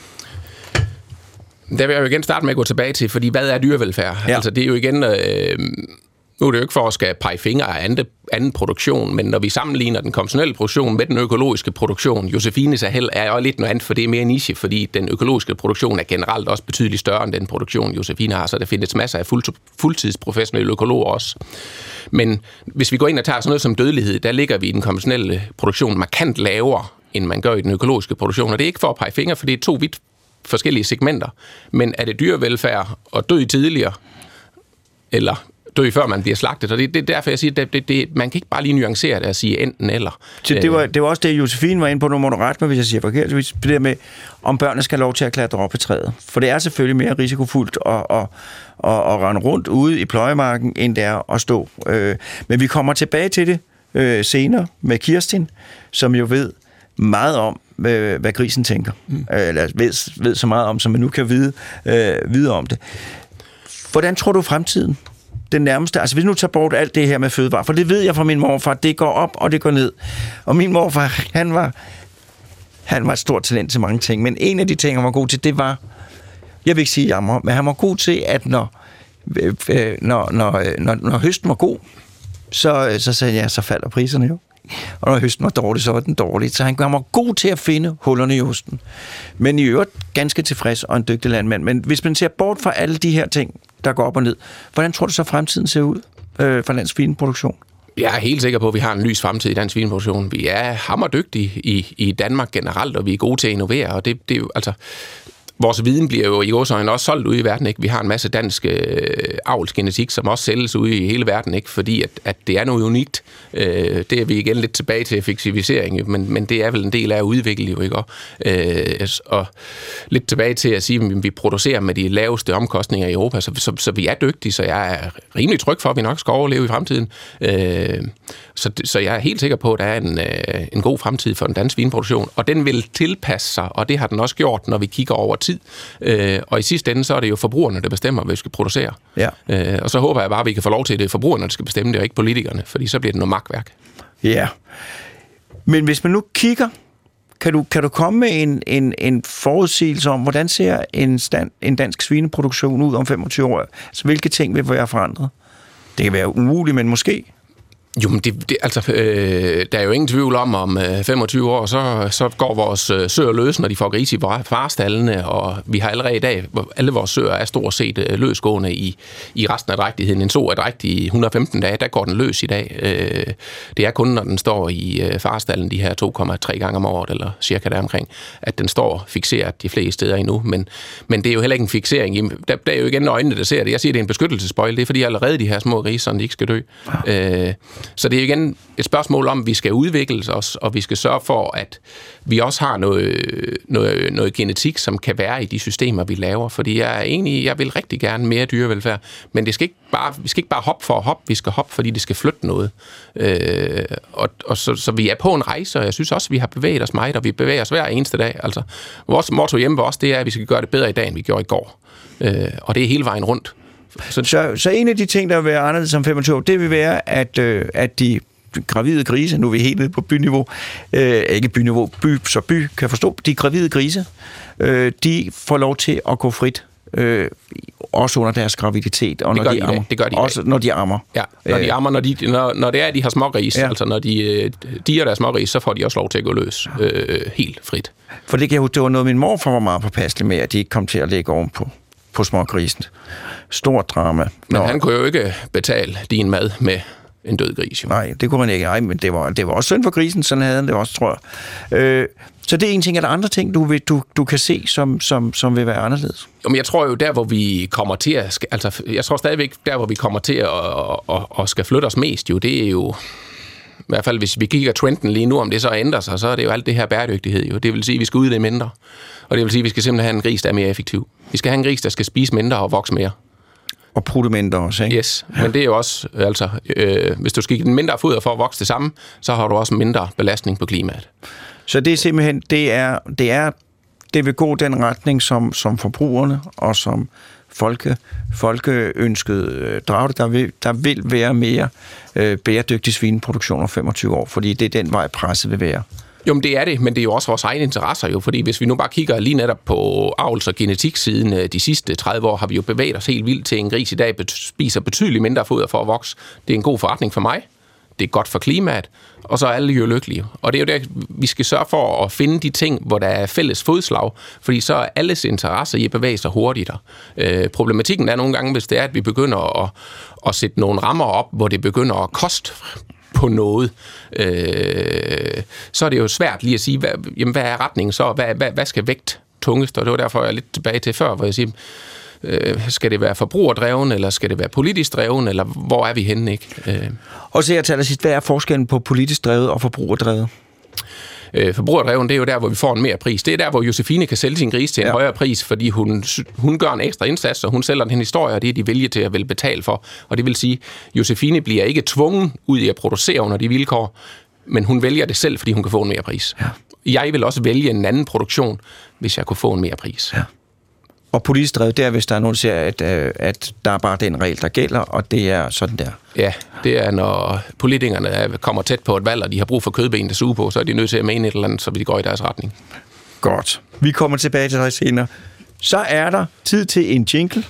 [SPEAKER 4] Der vil jeg jo igen starte med at gå tilbage til, fordi hvad er dyrevelfærd? Ja. Altså det er jo igen, øh, nu er det jo ikke for at skal pege fingre af anden, anden produktion, men når vi sammenligner den konventionelle produktion med den økologiske produktion, Josefines Ahel er jo lidt noget andet, for det er mere niche, fordi den økologiske produktion er generelt også betydeligt større end den produktion, Josefine har, så der findes masser af fuld, fuldtidsprofessionelle økologer også. Men hvis vi går ind og tager sådan noget som dødelighed, der ligger vi i den konventionelle produktion markant lavere, end man gør i den økologiske produktion, og det er ikke for at pege fingre, for det er to vidt forskellige segmenter. Men er det dyrevelfærd at dø tidligere, eller dø før man bliver slagtet? Og det, det er derfor, jeg siger, at det, det, man kan ikke bare lige nuancere det og sige enten eller.
[SPEAKER 2] Så det var, det var også det, Josefine var inde på, nu må du rette mig, hvis jeg siger forkert, det der med, om børnene skal have lov til at klatre op i træet. For det er selvfølgelig mere risikofuldt at, at, at, at rende rundt ude i pløjemarken, end det er at stå. Men vi kommer tilbage til det senere med Kirstin, som jo ved meget om, hvad grisen tænker. Mm. Eller ved, ved så meget om, som man nu kan vide, øh, vide om det. Hvordan tror du fremtiden? Den nærmeste, altså hvis nu tager bort alt det her med fødevarer, for det ved jeg fra min morfar, det går op, og det går ned. Og min morfar, han var, han var et stort talent til mange ting, men en af de ting, han var god til, det var, jeg vil ikke sige jammer, men han var god til, at når, øh, når, når, når, når høsten var god, så, så sagde jeg, så falder priserne jo. Og når høsten var dårlig, så var den dårlig. Så han var god til at finde hullerne i osten. Men i øvrigt ganske tilfreds og en dygtig landmand. Men hvis man ser bort fra alle de her ting, der går op og ned, hvordan tror du så fremtiden ser ud øh, for dansk svineproduktion?
[SPEAKER 4] Jeg er helt sikker på, at vi har en lys fremtid i dansk svineproduktion. Vi er hammerdygtige i, i Danmark generelt, og vi er gode til at innovere. Og det, det er jo, altså, vores viden bliver jo i gåseøjne også solgt ude i verden, ikke? Vi har en masse dansk øh, avlsgenetik, som også sælges ude i hele verden, ikke? Fordi at, at det er noget unikt. Øh, det er vi igen lidt tilbage til effektivisering, men, men det er vel en del af at udvikle jo, ikke? Og, øh, og lidt tilbage til at sige, at vi producerer med de laveste omkostninger i Europa, så, så, så vi er dygtige, så jeg er rimelig tryg for, at vi nok skal overleve i fremtiden. Øh, så, så jeg er helt sikker på, at der er en, øh, en god fremtid for den danske svineproduktion, og den vil tilpasse sig, og det har den også gjort, når vi kigger over tid. Øh, og i sidste ende, så er det jo forbrugerne, der bestemmer, hvad vi skal producere. Ja. Øh, og så håber jeg bare, at vi kan få lov til, at det er forbrugerne, der skal bestemme det, og ikke politikerne, fordi så bliver det noget magtværk.
[SPEAKER 2] Ja. Men hvis man nu kigger, kan du, kan du komme med en, en, en forudsigelse om, hvordan ser en, stand, en dansk svineproduktion ud om femogtyve år? Altså, hvilke ting vil være forandret? Det kan være umuligt, men måske.
[SPEAKER 4] Jo, men det, det, altså, øh, der er jo ingen tvivl om, om øh, femogtyve år, så, så går vores øh, søer løs, når de får grise i farstallene, og vi har allerede i dag, alle vores søer er stort set øh, løsgående i, i resten af drægtigheden. En so er drægtig i et hundrede og femten dage, der går den løs i dag. Øh, det er kun, når den står i øh, farstallen, de her to komma tre gange om året, eller cirka deromkring, at den står fikseret de fleste steder endnu. Men, men det er jo heller ikke en fiksering. Der, der er jo igen øjnene, der ser det. Jeg siger, det er en beskyttelsesbøjle. Det er, fordi allerede de her små grise, så de ikke skal dø. Øh, Så det er igen et spørgsmål om, at vi skal udvikle os, og vi skal sørge for, at vi også har noget, noget, noget genetik, som kan være i de systemer, vi laver. Fordi jeg er enig, jeg vil rigtig gerne mere dyrevelfærd, men det skal ikke bare, vi skal ikke bare hoppe for at hoppe, vi skal hoppe, fordi det skal flytte noget. Øh, og og så, så vi er på en rejse, og jeg synes også, at vi har bevæget os meget, og vi bevæger os hver eneste dag. Altså, vores motto hjemme for os, det er, at vi skal gøre det bedre i dag, end vi gjorde i går. Øh, og det er hele vejen rundt.
[SPEAKER 2] Så, så, så en af de ting, der vil være anderledes som femogtyve år, det vil være, at, øh, at de gravide grise, nu er vi helt nede på byniveau, øh, ikke byniveau, by, så by kan forstå, de gravide grise, øh, de får lov til at gå frit, øh, også under deres graviditet, og
[SPEAKER 4] det
[SPEAKER 2] når de,
[SPEAKER 4] de
[SPEAKER 2] ammer.
[SPEAKER 4] Det gør de
[SPEAKER 2] også når de ammer.
[SPEAKER 4] Ja, når de ammer, når, de, når, når det er, at de har smågris, ja. Altså når de, de er deres smågris, så får de også lov til at gå løs øh, helt frit.
[SPEAKER 2] For det kan jeg huske, det var noget, min morfar var meget påpasselig med, at de ikke kom til at lægge ovenpå på smågrisen. Stort drama.
[SPEAKER 4] Men Nå. Han kunne jo ikke betale din mad med en død gris. Jo.
[SPEAKER 2] Nej, det kunne man ikke. Nej, men det var, det var også synd for grisen, sådan havde han det også, tror jeg. Øh, så det er en ting. Er der andre ting, du, vil, du, du kan se, som, som, som vil være anderledes?
[SPEAKER 4] Jamen, jeg tror jo, der hvor vi kommer til at... Altså, jeg tror stadigvæk, der hvor vi kommer til at, at, at, at skal flytte os mest, jo, det er jo... I hvert fald, hvis vi kigger trenden lige nu, om det så ændrer sig, så er det jo alt det her bæredygtighed. Jo. Det vil sige, at vi skal udlede mindre. Og det vil sige, at vi skal simpelthen have en gris, der er mere effektiv. Vi skal have en gris, der skal spise mindre og vokse mere.
[SPEAKER 2] Og prutte mindre også, ikke?
[SPEAKER 4] Yes, ja. Men det er jo også, altså, øh, hvis du skal give den mindre foder for at vokse det samme, så har du også mindre belastning på klimaet.
[SPEAKER 2] Så det er simpelthen, det er, det er, det vil gå den retning, som, som forbrugerne og som folke, folkeønsket øh, drager det. Der vil, der vil være mere øh, bæredygtig svineproduktion om femogtyve år, fordi det er den vej, presset vil være.
[SPEAKER 4] Jo, men det er det, men det er jo også vores egne interesser jo, fordi hvis vi nu bare kigger lige netop på avls- og genetik siden de sidste tredive år, har vi jo bevæget os helt vildt til en gris i dag, spiser betydeligt mindre foder for at vokse. Det er en god forretning for mig, det er godt for klimaet, og så er alle jo lykkelige. Og det er jo der, vi skal sørge for at finde de ting, hvor der er fælles fodslag, fordi så er alles interesse i at bevæge sig hurtigere. Øh, problematikken er nogle gange, hvis det er, at vi begynder at, at sætte nogle rammer op, hvor det begynder at koste på noget, øh, så er det jo svært lige at sige, hvad, jamen, hvad er retningen så? Hvad, hvad, hvad skal vægt tungest? Og det var derfor, jeg er lidt tilbage til før, hvor jeg siger, øh, skal det være forbrugerdreven, eller skal det være politisk dreven, eller hvor er vi henne, ikke? Øh.
[SPEAKER 2] Og så jeg taler sidst, hvad er forskellen på politisk drevet og forbrugerdrevet?
[SPEAKER 4] Øh, forbrugerdreven, det er jo der, hvor vi får en mere pris. Det er der, hvor Josefine kan sælge sin gris til en ja. højere pris, fordi hun, hun gør en ekstra indsats, og hun sælger en historie, og det er de villige til at vil betale for. Og det vil sige, Josefine bliver ikke tvunget ud i at producere under de vilkår, men hun vælger det selv, fordi hun kan få en mere pris. Ja. Jeg vil også vælge en anden produktion, hvis jeg kunne få en mere pris. Ja.
[SPEAKER 2] Og politisk drevet, det er, hvis der er nogen, der siger, at, at der er bare den regel, der gælder, og det er sådan der.
[SPEAKER 4] Ja, det er, når politikerne kommer tæt på et valg, og de har brug for kødben at suge på, så er de nødt til at mene et eller andet, så de går i deres retning.
[SPEAKER 2] Godt. Vi kommer tilbage til dig senere. Så er der tid til en jingle.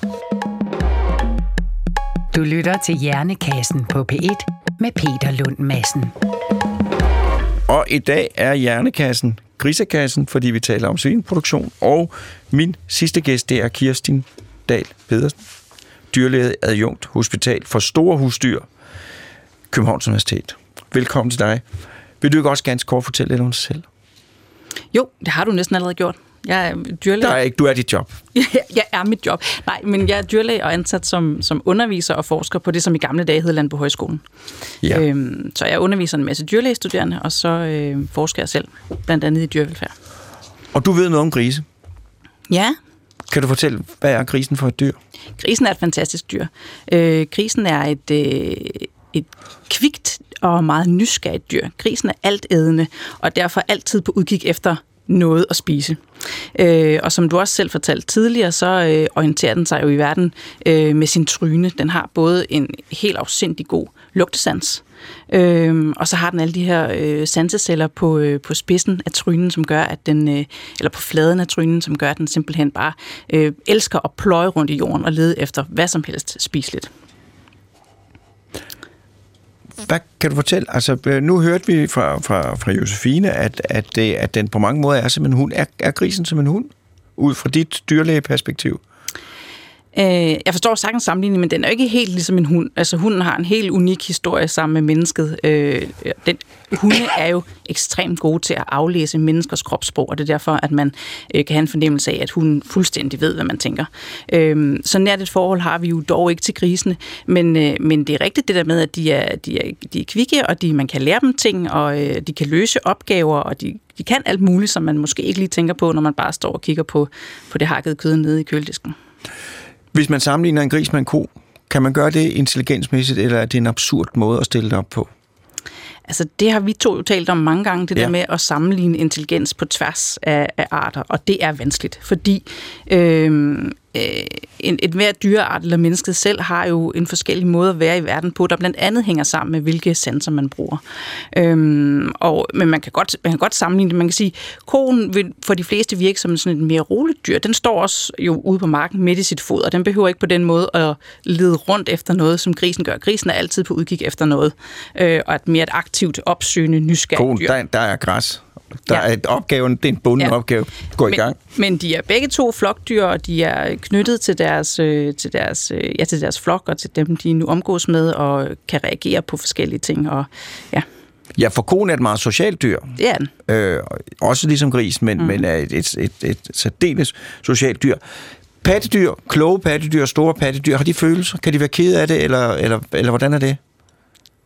[SPEAKER 1] Du lytter til Hjernekassen på P et med Peter Lund Madsen.
[SPEAKER 2] Og i dag er Hjernekassen Grisekassen, fordi vi taler om svineproduktion, og min sidste gæst, det er Kirstin Dahl Pedersen, dyrlæge adjunkt hospital for store husdyr, Københavns Universitet. Velkommen til dig. Vil du ikke også ganske kort fortælle lidt om dig selv?
[SPEAKER 3] Jo, det har du næsten allerede gjort. Jeg er dyrlæge.
[SPEAKER 2] Nej, ikke. Du er dit job.
[SPEAKER 3] Jeg er mit job. Nej, men jeg er dyrlæge og ansat som, som underviser og forsker på det, som i gamle dage hed Landbohøjskolen. Ja. Øhm, så jeg underviser en masse dyrlægestuderende, og så øh, forsker jeg selv, blandt andet i dyrevelfærd.
[SPEAKER 2] Og du ved noget om grise?
[SPEAKER 3] Ja.
[SPEAKER 2] Kan du fortælle, hvad er grisen for et dyr?
[SPEAKER 3] Grisen er et fantastisk dyr. Øh, grisen er et, øh, et kvikt og meget nysgerrigt dyr. Grisen er altædende, og derfor altid på udkig efter noget at spise. Øh, og som du også selv fortalte tidligere, så øh, orienterer den sig jo i verden øh, med sin tryne. Den har både en helt afsindig god lugtesans, øh, og så har den alle de her øh, sanseceller på, øh, på spidsen af trynen, som gør, at den, øh, eller på fladen af trynen, som gør, at den simpelthen bare øh, elsker at pløje rundt i jorden og lede efter hvad som helst spiseligt.
[SPEAKER 2] Hvad kan du fortælle? Altså, nu hørte vi fra, fra, fra Josefine, at, at, det, at den på mange måder er som en hund. Er, er grisen som en hund? Ud fra dit dyrlægeperspektiv?
[SPEAKER 3] Øh, jeg forstår sagtens sammenligning, men den er ikke helt ligesom en hund. Altså, hunden har en helt unik historie sammen med mennesket. Øh, den, hunde er jo ekstremt gode til at aflæse menneskers kropssprog, og det er derfor, at man øh, kan have en fornemmelse af, at hunden fuldstændig ved, hvad man tænker. Øh, så nært et forhold har vi jo dog ikke til grisene, men, øh, men det er rigtigt det der med, at de er, de er, de er kvikke, og de, man kan lære dem ting, og øh, de kan løse opgaver, og de, de kan alt muligt, som man måske ikke lige tænker på, når man bare står og kigger på, på det hakkede kød nede i køledisken.
[SPEAKER 2] Hvis man sammenligner en gris med en ko, kan man gøre det intelligensmæssigt, eller er det en absurd måde at stille det op på?
[SPEAKER 3] Altså, det har vi to jo talt om mange gange, det ja. der med at sammenligne intelligens på tværs af, af arter, og det er vanskeligt, fordi øh, øh, en, et hvert dyreart eller mennesket selv har jo en forskellig måde at være i verden på, der blandt andet hænger sammen med, hvilke sanser man bruger. Øh, og, men man kan, godt, man kan godt sammenligne det. Man kan sige, koen vil for de fleste virke som sådan et mere roligt dyr. Den står også jo ude på marken midt i sit foder. Den behøver ikke på den måde at lede rundt efter noget, som grisen gør. Grisen er altid på udkig efter noget, øh, og et mere et aktivt, opsøgende, nysgerrigt dyr.
[SPEAKER 2] Der, der er græs. Der
[SPEAKER 3] ja.
[SPEAKER 2] er et opgaven, det er en bunden ja. opgave. Gå
[SPEAKER 3] men,
[SPEAKER 2] i gang.
[SPEAKER 3] Men de er begge to flokdyr, og de er knyttet til deres, øh, til deres, øh, ja, til deres flok, og til dem, de nu omgås med, og kan reagere på forskellige ting. Og, ja.
[SPEAKER 2] ja, for koen er et meget socialt dyr.
[SPEAKER 3] Det er den. Øh,
[SPEAKER 2] også ligesom gris, men, mm. men er et, et, et, et særdeles socialt dyr. Pattedyr, kloge pattedyr, store pattedyr, har de følelser? Kan de være kede af det, eller, eller, eller hvordan er det?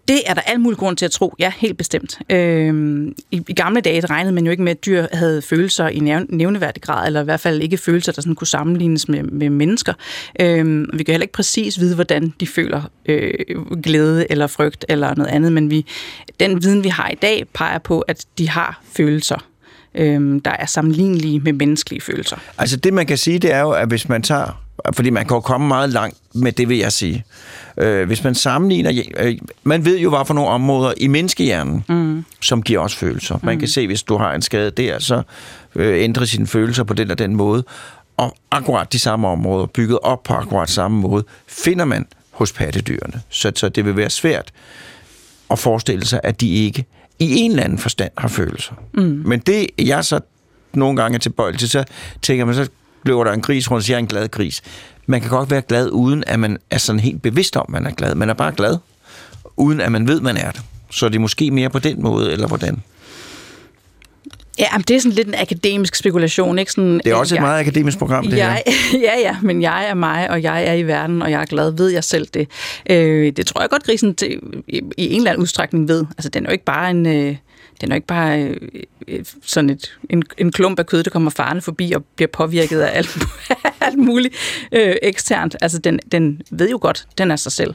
[SPEAKER 5] Det er der al mulig grund til at tro, ja, helt bestemt. Øhm, i, I gamle dage regnede man jo ikke med, at dyr havde følelser i næv- nævneværdig grad, eller i hvert fald ikke følelser, der sådan kunne sammenlignes med, med mennesker. Øhm, vi kan heller ikke præcis vide, hvordan de føler øh, glæde eller frygt eller noget andet, men vi, den viden, vi har i dag, peger på, at de har følelser, øhm, der er sammenlignelige med menneskelige følelser.
[SPEAKER 2] Altså det, man kan sige, det er jo, at hvis man tager, fordi man kan jo komme meget langt med det, vil jeg sige. Øh, hvis man sammenligner, øh, man ved jo, hvad for nogle områder i menneskehjernen, mm. som giver os følelser. Man mm. kan se, hvis du har en skade der, så øh, ændrer sine følelser på den og den måde. Og akkurat de samme områder, bygget op på akkurat samme måde, finder man hos pattedyrene. Så, så det vil være svært at forestille sig, at de ikke i en eller anden forstand har følelser. Mm. Men det, jeg så nogle gange er tilbøjelig til, så tænker man, så løber der en gris rundt og siger, en glad gris. Man kan godt være glad, uden at man er sådan helt bevidst om, at man er glad. Man er bare glad, uden at man ved, man er det. Så er det måske mere på den måde, eller hvordan?
[SPEAKER 5] Ja, det er sådan lidt en akademisk spekulation, ikke? Sådan,
[SPEAKER 2] det er også et
[SPEAKER 5] jeg,
[SPEAKER 2] meget akademisk program, det
[SPEAKER 5] jeg, her. Ja, ja, men jeg er mig, og jeg er i verden, og jeg er glad. Ved jeg selv det? Øh, det tror jeg godt, grisen til, i, i en eller anden udstrækning ved. Altså, den er jo ikke bare en... Øh, Den er jo ikke bare øh, sådan et, en, en klump af kød, der kommer farne forbi og bliver påvirket af alt, alt muligt øh, eksternt. Altså, den, den ved jo godt, den er sig selv.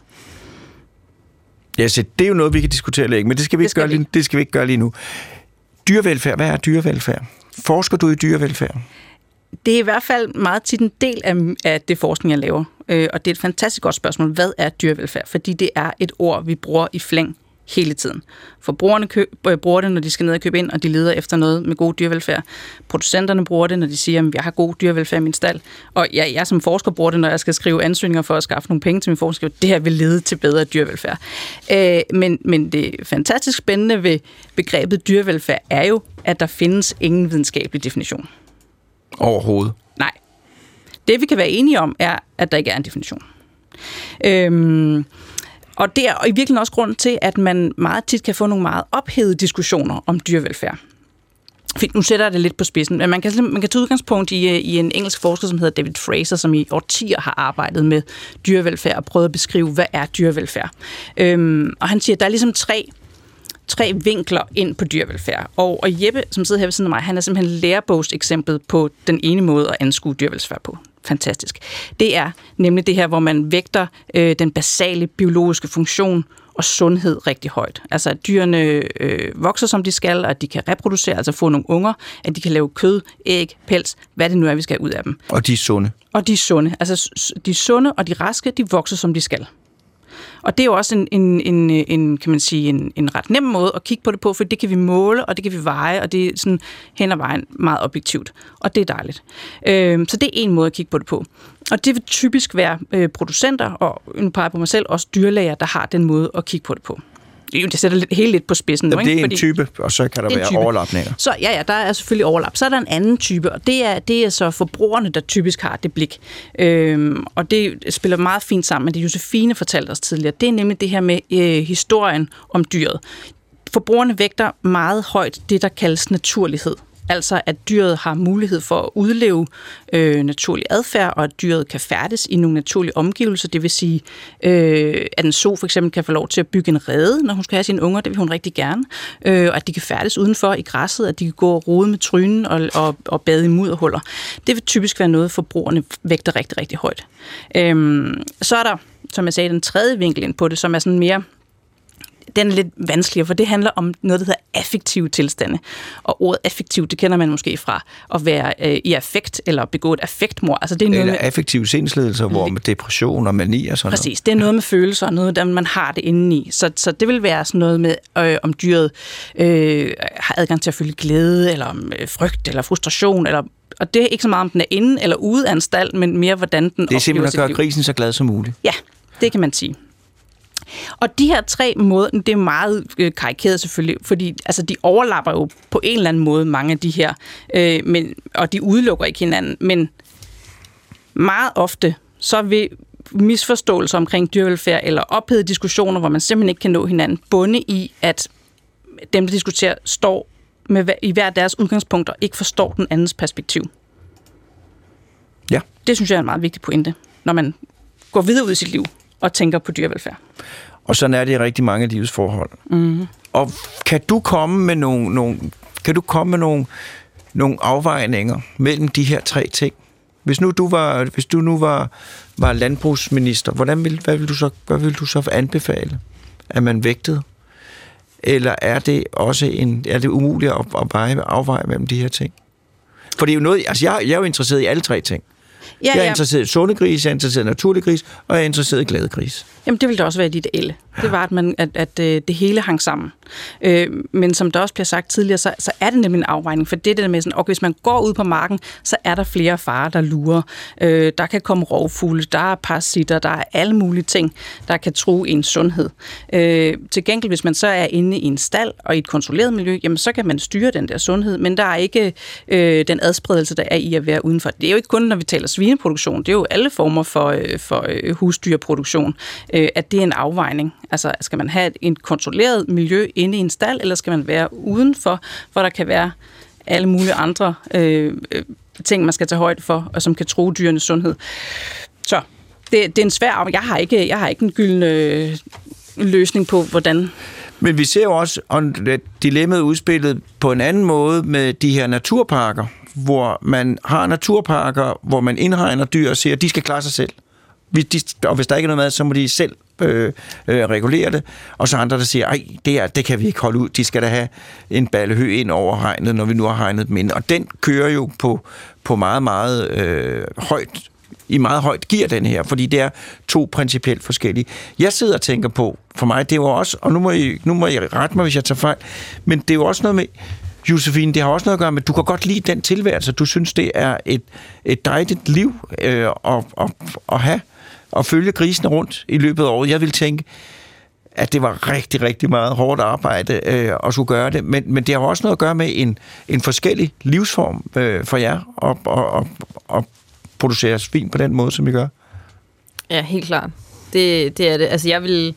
[SPEAKER 2] Ja, så det er jo noget, vi kan diskutere længe, men det skal vi, det skal ikke, gøre vi. Lige, det skal vi ikke gøre lige nu. Dyrevelfærd, hvad er dyrevelfærd? Forsker du i dyrevelfærd?
[SPEAKER 5] Det er i hvert fald meget tit en del af, af det forskning, jeg laver. Øh, og det er et fantastisk godt spørgsmål. Hvad er dyrevelfærd? Fordi det er et ord, vi bruger i flæng hele tiden. Forbrugerne køb, bruger det, når de skal ned og købe ind, og de leder efter noget med god dyrevelfærd. Producenterne bruger det, når de siger, at jeg har god dyrevelfærd i min stald. Og jeg, jeg som forsker bruger det, når jeg skal skrive ansøgninger for at skaffe nogle penge til min forskning. Det her vil lede til bedre dyrevelfærd. Øh, men, men det fantastisk spændende ved begrebet dyrevelfærd er jo, at der findes ingen videnskabelig definition.
[SPEAKER 2] Overhovedet?
[SPEAKER 5] Nej. Det vi kan være enige om, er, at der ikke er en definition. Øhm, Og det er i virkeligheden også grund til, at man meget tit kan få nogle meget ophedede diskussioner om dyrevelfærd. Nu sætter jeg det lidt på spidsen, men man kan, man kan tage udgangspunkt i, i en engelsk forsker, som hedder David Fraser, som i årtier har arbejdet med dyrevelfærd og prøvet at beskrive, hvad er dyrevelfærd. Øhm, og han siger, at der er ligesom tre, tre vinkler ind på dyrevelfærd. Og, og Jeppe, som sidder her ved siden af mig, han er simpelthen lærebogseksemplet på den ene måde at anskue dyrevelfærd på. Fantastisk. Det er nemlig det her, hvor man vægter øh, den basale biologiske funktion og sundhed rigtig højt. Altså at dyrene øh, vokser, som de skal, og at de kan reproducere, altså få nogle unger, at de kan lave kød, æg, pels, hvad det nu er, vi skal have ud af dem.
[SPEAKER 2] Og de er sunde.
[SPEAKER 5] Og de er sunde. Altså de er sunde, og de raske, de vokser, som de skal. Og det er jo også en, en, en, en, kan man sige, en, en ret nem måde at kigge på det på, for det kan vi måle, og det kan vi veje, og det er sådan hen ad vejen meget objektivt. Og det er dejligt. Øh, så det er en måde at kigge på det på. Og det vil typisk være øh, producenter, og nu peger jeg på mig selv, også dyrlæger, der har den måde at kigge på det på. Det sætter lidt, helt lidt på spidsen.
[SPEAKER 2] Jamen, det er en Fordi, type, og så kan der være overlapninger.
[SPEAKER 5] Så ja, ja, der er selvfølgelig overlap. Så er der en anden type, og det er, det er så forbrugerne, der typisk har det blik. Øhm, og det spiller meget fint sammen med det, Josefine fortalte os tidligere. Det er nemlig det her med øh, historien om dyret. Forbrugerne vægter meget højt det, der kaldes naturlighed. Altså, at dyret har mulighed for at udleve øh, naturlig adfærd, og at dyret kan færdes i nogle naturlige omgivelser. Det vil sige, øh, at en so for eksempel kan få lov til at bygge en rede, når hun skal have sine unger. Det vil hun rigtig gerne. Øh, og at de kan færdes udenfor i græsset, at de kan gå og rode med trynen og, og, og bade i mudderhuller. Det vil typisk være noget, forbrugerne vægter rigtig, rigtig højt. Øh, så er der, som jeg sagde, den tredje vinkel ind på det, som er sådan mere... Den er lidt vanskeligere, for det handler om noget, der hedder affektive tilstande. Og ordet affektiv, det kender man måske fra at være øh, i affekt, eller begå et affektmord. Altså, det er noget
[SPEAKER 2] eller
[SPEAKER 5] med
[SPEAKER 2] affektive sindslidelser, hvor med depression og mani og sådan
[SPEAKER 5] Præcis,
[SPEAKER 2] noget.
[SPEAKER 5] det er noget med følelser, og noget, der man har det indeni. Så, så det vil være sådan noget med, øh, om dyret øh, har adgang til at føle glæde, eller om øh, frygt, eller frustration, eller og det er ikke så meget, om den er inde eller ude af en stald, men mere, hvordan den oplever sit liv.
[SPEAKER 2] Det er simpelthen at gøre grisen så glad som muligt.
[SPEAKER 5] Ja, det kan man sige. Og de her tre måder, det er meget øh, karikeret selvfølgelig, fordi altså, de overlapper jo på en eller anden måde mange af de her, øh, men, og de udelukker ikke hinanden, men meget ofte så vil misforståelser omkring dyrevelfærd eller ophedede diskussioner, hvor man simpelthen ikke kan nå hinanden, bunde i, at dem, der diskuterer, står med, i hver deres udgangspunkter, ikke forstår den andens perspektiv.
[SPEAKER 2] Ja.
[SPEAKER 5] Det synes jeg er en meget vigtig pointe, når man går videre ud i sit liv og tænker på dyrevelfærd.
[SPEAKER 2] Og sådan er det i rigtig mange af livets forhold.
[SPEAKER 5] Mm.
[SPEAKER 2] Og kan du komme med nogle, nogle, kan du komme med nogle, nogle afvejninger mellem de her tre ting? Hvis nu du var, hvis du nu var, var landbrugsminister, hvordan vil, hvad vil du så, hvad vil du så anbefale, at man vægtede? Eller er det også en, er det umuligt at, at bare afveje mellem de her ting? For det er jo noget, altså jeg, jeg er jo interesseret i alle tre ting.
[SPEAKER 5] Ja,
[SPEAKER 2] jeg er
[SPEAKER 5] ja.
[SPEAKER 2] interesseret i sunde gris, jeg er interesseret i naturlig gris, og jeg er interesseret i glade gris.
[SPEAKER 5] Jamen, det ville da også være det ideelle. Det var, at, man, at, at det hele hang sammen. Øh, men som der også bliver sagt tidligere, så, så er det nemlig en afvejning, for det er det med sådan, okay, hvis man går ud på marken, så er der flere farer, der lurer. Øh, der kan komme rovfugle, der er parasitter, der er alle mulige ting, der kan true ens sundhed. Øh, til gengæld, hvis man så er inde i en stald og i et kontrolleret miljø, jamen, så kan man styre den der sundhed, men der er ikke øh, den adspredelse, der er i at være udenfor. Det er jo ikke kun, når vi taler svineproduktion, det er jo alle former for, øh, for øh, husdyrproduktion, øh, at det er en afvejning. Altså, skal man have et kontrolleret miljø inde i en stald, eller skal man være udenfor, hvor der kan være alle mulige andre øh, ting, man skal tage højde for, og som kan true dyrenes sundhed. Så det, det er en svær... Jeg har ikke, jeg har ikke en gyldne løsning på, hvordan...
[SPEAKER 2] Men vi ser jo også dilemmaet udspillet på en anden måde med de her naturparker, hvor man har naturparker, hvor man indhegner dyr og siger, at de skal klare sig selv. Og hvis der ikke er noget mad, så må de selv øh, øh, regulere det. Og så andre, der siger, ej, det, er, det kan vi ikke holde ud. De skal da have en balle hø ind over hegnet, når vi nu har hegnet dem ind. Og den kører jo på, på meget, meget øh, højt, i meget højt gear, den her, fordi det er to principielt forskellige. Jeg sidder og tænker på, for mig, det er jo også, og nu må I, nu må I rette mig, hvis jeg tager fejl, men det er jo også noget med, Josefine, det har også noget at gøre med, at du kan godt lide den tilværelse. Du synes, det er et, et dejligt liv øh, at, at, at have, og følge grisene rundt i løbet af året. Jeg vil tænke, at det var rigtig, rigtig meget hårdt arbejde øh, at skulle gøre det, men, men det har også noget at gøre med en, en forskellig livsform øh, for jer, og, og, og, og producere svin på den måde, som I gør.
[SPEAKER 3] Ja, helt klart. Det, det er det. Altså, jeg vil...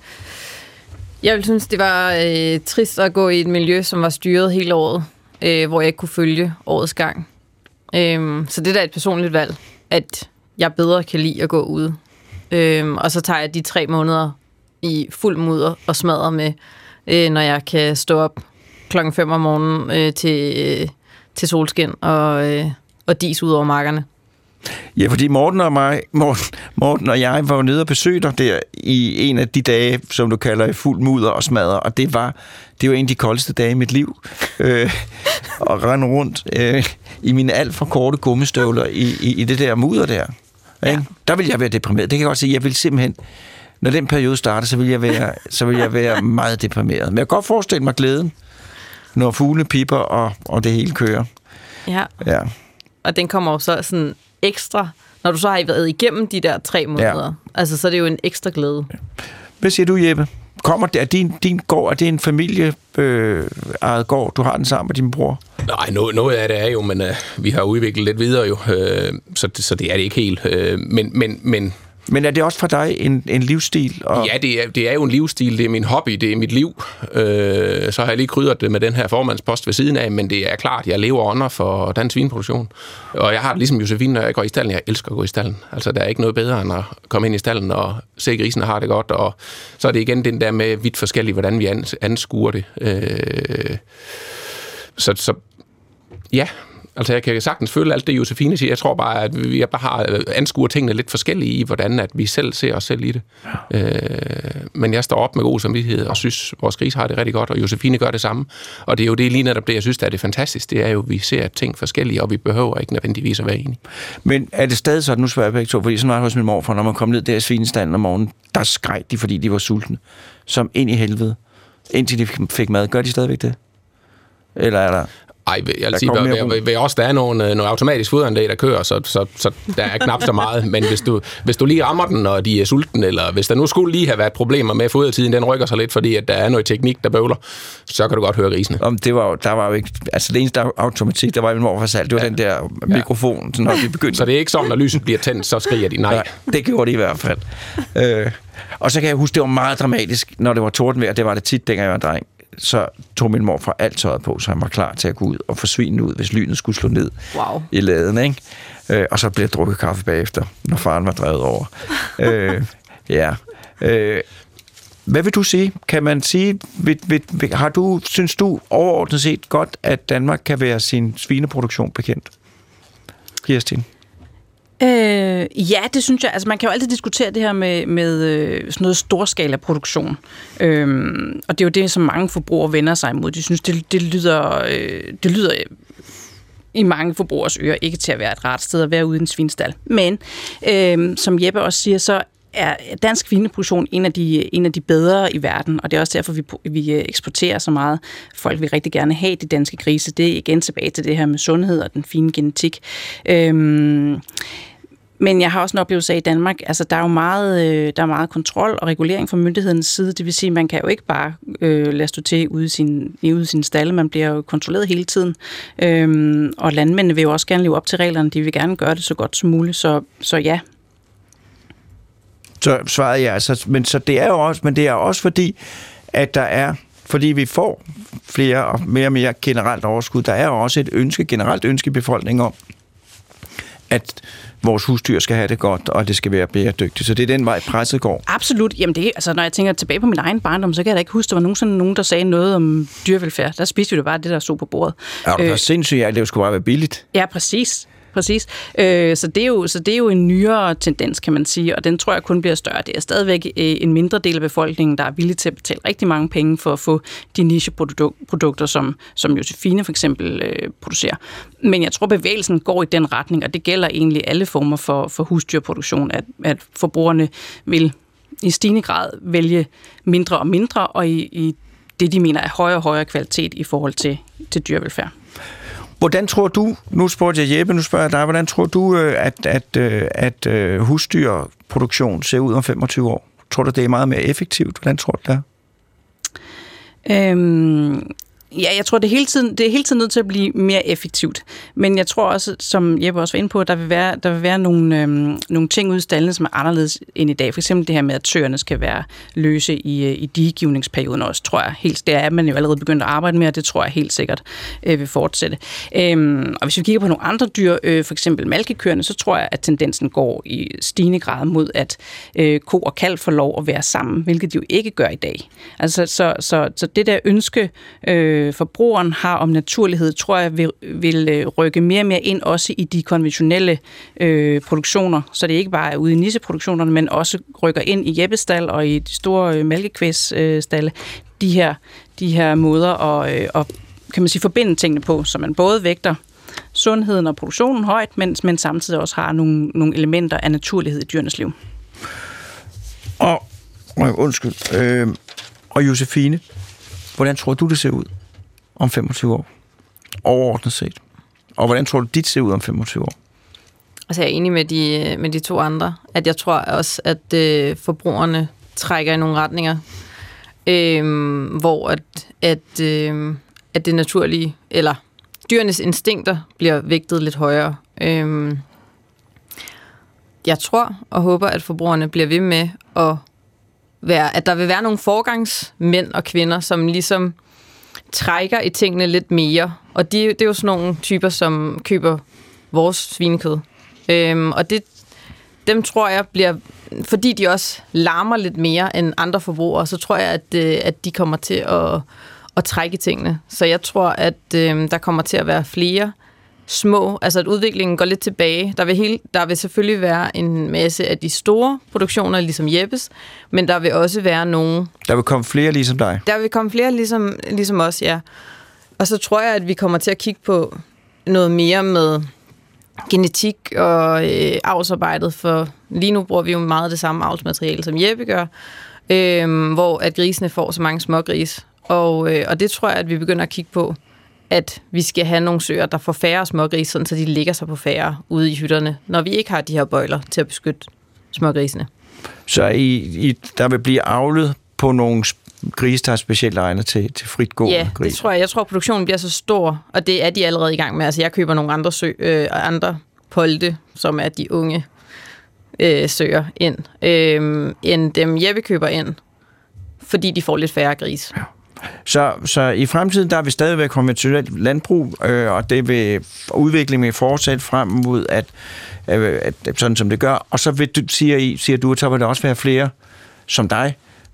[SPEAKER 3] Jeg ville synes, det var øh, trist at gå i et miljø, som var styret hele året, øh, hvor jeg ikke kunne følge årets gang. Øh, så det er da et personligt valg, at jeg bedre kan lide at gå ude. Øh, og så tager jeg de tre måneder i fuld mudder og smadrer med, øh, når jeg kan stå op klokken fem om morgenen øh, til, øh, til solskin og, øh, og dis ud over markerne.
[SPEAKER 2] Ja, fordi Morten og mig, Morten, Morten og jeg var jo nede og besøgte dig der i en af de dage, som du kalder i fuld mudder og smadre, og det var, det var en af de koldeste dage i mit liv. Øh, og rende rundt øh, i mine alt for korte gummistøvler i, i, i det der mudder der. Ja. Der ville jeg være deprimeret. Det kan jeg godt sige. Jeg vil simpelthen, når den periode starter, så vil jeg være, så vil jeg være meget deprimeret. Men jeg kan godt forestille mig glæden, når fugle pipper og, og det hele kører.
[SPEAKER 3] Ja.
[SPEAKER 2] Ja. Og
[SPEAKER 3] den kommer jo så sådan ekstra, når du så har været igennem de der tre måneder. Ja. Altså, så er det jo en ekstra glæde.
[SPEAKER 2] Hvad siger du, Jeppe? Kommer det, er din, din gård, er det en familie øh, eget gård, du har den sammen med din bror?
[SPEAKER 4] Nej, noget, noget af det er jo, men øh, vi har udviklet lidt videre jo, øh, så, så det er det ikke helt. Øh, men, men, men
[SPEAKER 2] Men er det også for dig en, en livsstil? Og...
[SPEAKER 4] Ja, det er, det er jo en livsstil, det er min hobby, det er mit liv. Øh, så har jeg lige krydret det med den her formandspost ved siden af, men det er klart, jeg lever under for dansk svineproduktion. Og jeg har det ligesom Josefine, når jeg går i stallen. Jeg elsker at gå i stallen. Altså, der er ikke noget bedre end at komme ind i stallen og se grisen har det godt. Og så er det igen den der med vidt forskelligt, hvordan vi anskuer det. Øh, så, så ja... Altså, jeg kan sagtens føle alt det, Josefine siger. Jeg tror bare, at vi bare har anskuer tingene lidt forskellige i, hvordan at vi selv ser os selv i det. Ja. Øh, men jeg står op med god samvittighed og synes, at vores gris har det rigtig godt, og Josefine gør det samme. Og det er jo det lige netop det, jeg synes, der er det fantastisk. Det er jo, at vi ser ting forskellige, og vi behøver ikke nødvendigvis at være enige.
[SPEAKER 2] Men er det stadig sådan, nu spørger jeg begge to, fordi sådan var det hos min morfar, når man kom ned der i svinestallen om morgenen, der skreg de, fordi de var sultne, som ind i helvede, indtil de fik mad. Gør de stadigvæk det? Eller er der...
[SPEAKER 4] Ej, jeg vil sige, ved, ved, ved os, der er nogle, nogle automatisk foderanlæg, der kører, så, så, så der er knap så meget. Men hvis du, hvis du lige rammer den, når de er sulten, eller hvis der nu skulle lige have været problemer med fodertiden, den rykker sig lidt, fordi at der er noget teknik, der bøvler, så kan du godt høre grisene.
[SPEAKER 2] Om det var, der var jo ikke... Altså det eneste der automatik, der var i min morfars salt, det var ja. den der mikrofon, når vi begyndte.
[SPEAKER 4] Så det er ikke sådan, når lyset bliver tændt, så skriger de nej. nej
[SPEAKER 2] det gjorde de i hvert fald. øh, og så kan jeg huske, det var meget dramatisk, når det var tordenvejr. Det var det tit, dengang jeg var dreng. Så tog min morfar alt tøjet på, så han var klar til at gå ud og forsvinde ud, hvis lynet skulle slå ned
[SPEAKER 3] wow.
[SPEAKER 2] i laden, ikke? Øh, og så blev jeg drukket kaffe bagefter, når faren var drevet over. øh, ja. Øh, hvad vil du sige? Kan man sige, vil, vil, vil, har du, synes du overordnet set godt, at Danmark kan være sin svineproduktion bekendt? Kirstin?
[SPEAKER 5] Øh, ja, det synes jeg. Altså, man kan jo altid diskutere det her med, med øh, sådan noget storskala produktion. Øhm, og det er jo det, som mange forbrugere vender sig imod. De synes, det, det lyder... Øh, det lyder i mange forbrugers ører ikke til at være et rart sted at være ude i en svinestal. Men, øh, som Jeppe også siger, så er dansk svineproduktion en af de, en af de bedre i verden, og det er også derfor, vi, vi eksporterer så meget. Folk vil rigtig gerne have de danske grise. Det er igen tilbage til det her med sundhed og den fine genetik. Øhm, men jeg har også en oplevelse af i Danmark, altså der er jo meget, øh, der er meget kontrol og regulering fra myndighedens side. Det vil sige, at man kan jo ikke bare øh, lade stå til ude i sin, ude i sin stalle. Man bliver jo kontrolleret hele tiden. Øhm, og landmændene vil jo også gerne leve op til reglerne. De vil gerne gøre det så godt som muligt. Så, så ja.
[SPEAKER 2] Så svaret ja, altså, men så det er jo også, men det er også fordi, at der er, fordi vi får flere og mere og mere generelt overskud, der er jo også et ønske, generelt ønske i befolkningen om, at vores husdyr skal have det godt, og det skal være bæredygtigt. Så det er den vej, presset går.
[SPEAKER 5] Absolut. Jamen det, altså, når jeg tænker tilbage på min egen barndom, så kan jeg da ikke huske, der var nogensinde nogen, der sagde noget om dyrevelfærd. Der spiste vi det bare det, der stod på bordet.
[SPEAKER 2] Ja, det var øh, sindssygt, at det skulle bare være billigt.
[SPEAKER 5] Ja, præcis. Præcis. Øh, så, det er jo, så det er jo en nyere tendens, kan man sige, og den tror jeg kun bliver større. Det er stadigvæk en mindre del af befolkningen, der er villig til at betale rigtig mange penge for at få de nicheprodukter, som, som Josefine for eksempel øh, producerer. Men jeg tror, bevægelsen går i den retning, og det gælder egentlig alle former for, for husdyrproduktion, at, at forbrugerne vil i stigende grad vælge mindre og mindre, og i, i det, de mener er højere og højere kvalitet i forhold til, til dyrevelfærd.
[SPEAKER 2] Hvordan tror du, nu spurgte jeg Jeppe, nu spørger jeg dig, hvordan tror du, at, at, at, at husdyrproduktion ser ud om femogtyve år? Tror du, det er meget mere effektivt? Hvordan tror du det er?
[SPEAKER 5] Øhm, ja, jeg tror, det er, hele tiden, det er hele tiden nødt til at blive mere effektivt. Men jeg tror også, som Jeppe også var inde på, at der vil være, der vil være nogle, øhm, nogle ting ude i stallene, som er anderledes end i dag. For eksempel det her med, at søerne skal være løse i, i diegivningsperioden også, tror jeg helt. Det er man jo allerede begyndt at arbejde med, og det tror jeg helt sikkert øh, vil fortsætte. Øhm, og hvis vi kigger på nogle andre dyr, øh, for eksempel malkekøerne, så tror jeg, at tendensen går i stigende grad mod, at øh, ko og kalv får lov at være sammen, hvilket de jo ikke gør i dag. Altså, så, så, så det der ønske, øh, forbrugeren har om naturlighed, tror jeg vil, vil rykke mere og mere ind også i de konventionelle øh, produktioner, så det ikke bare er ude i nisseproduktionerne, men også rykker ind i Jeppestal og i de store øh, mælkekvægsstalle, de her, de her måder at, øh, at kan man sige, forbinde tingene på, så man både vægter sundheden og produktionen højt, men, men samtidig også har nogle, nogle elementer af naturlighed i dyrenes liv.
[SPEAKER 2] Og, og undskyld, øh, og Josefine, hvordan tror du, det ser ud om femogtyve år? Overordnet set. Og hvordan tror du, dit ser ud om femogtyve år?
[SPEAKER 3] Altså jeg er enig med de, med de to andre, at jeg tror også, at øh, forbrugerne trækker i nogle retninger, øh, hvor at, at, øh, at det naturlige, eller dyrenes instinkter bliver vægtet lidt højere. Øh, jeg tror og håber, at forbrugerne bliver ved med at være, at der vil være nogle forgangsmænd og kvinder, som ligesom trækker i tingene lidt mere. Og de, det er jo sådan nogle typer, som køber vores svinekød. Øhm, og det, dem tror jeg bliver, fordi de også larmer lidt mere end andre forbrugere, så tror jeg, at, at de kommer til at, at trække tingene. Så jeg tror, at øh, der kommer til at være flere små, altså at udviklingen går lidt tilbage. Der vil, hele, der vil selvfølgelig være en masse af de store produktioner, ligesom Jeppes, men der vil også være nogle...
[SPEAKER 2] Der vil komme flere ligesom dig?
[SPEAKER 3] Der vil komme flere ligesom, ligesom os, ja. Og så tror jeg, at vi kommer til at kigge på noget mere med genetik og øh, avlsarbejdet, for lige nu bruger vi jo meget det samme avlsmateriale, som Jeppe gør, øh, hvor at grisene får så mange smågris. Og, øh, og det tror jeg, at vi begynder at kigge på, at vi skal have nogle søer, der får færre smågrise, sådan, så de ligger sig på færre ude i hytterne, når vi ikke har de her bøjler til at beskytte smågrisene.
[SPEAKER 2] Så I, I, der vil blive avlet på nogle grise, der er specielt egnet til, til fritgående
[SPEAKER 3] ja,
[SPEAKER 2] grise?
[SPEAKER 3] Det tror jeg. Jeg tror, at produktionen bliver så stor, og det er de allerede i gang med. Altså, jeg køber nogle andre, sø, øh, andre polte, som er de unge øh, søer ind, øh, end dem Jeppe køber ind, fordi de får lidt færre grise. Ja.
[SPEAKER 2] Så, så i fremtiden, der vil stadig være konventionelt landbrug, øh, og det vil udviklingen vil fortsætte frem mod, at, øh, at sådan som det gør. Og så vil du, siger, I, siger du, at så vil der også være flere som dig,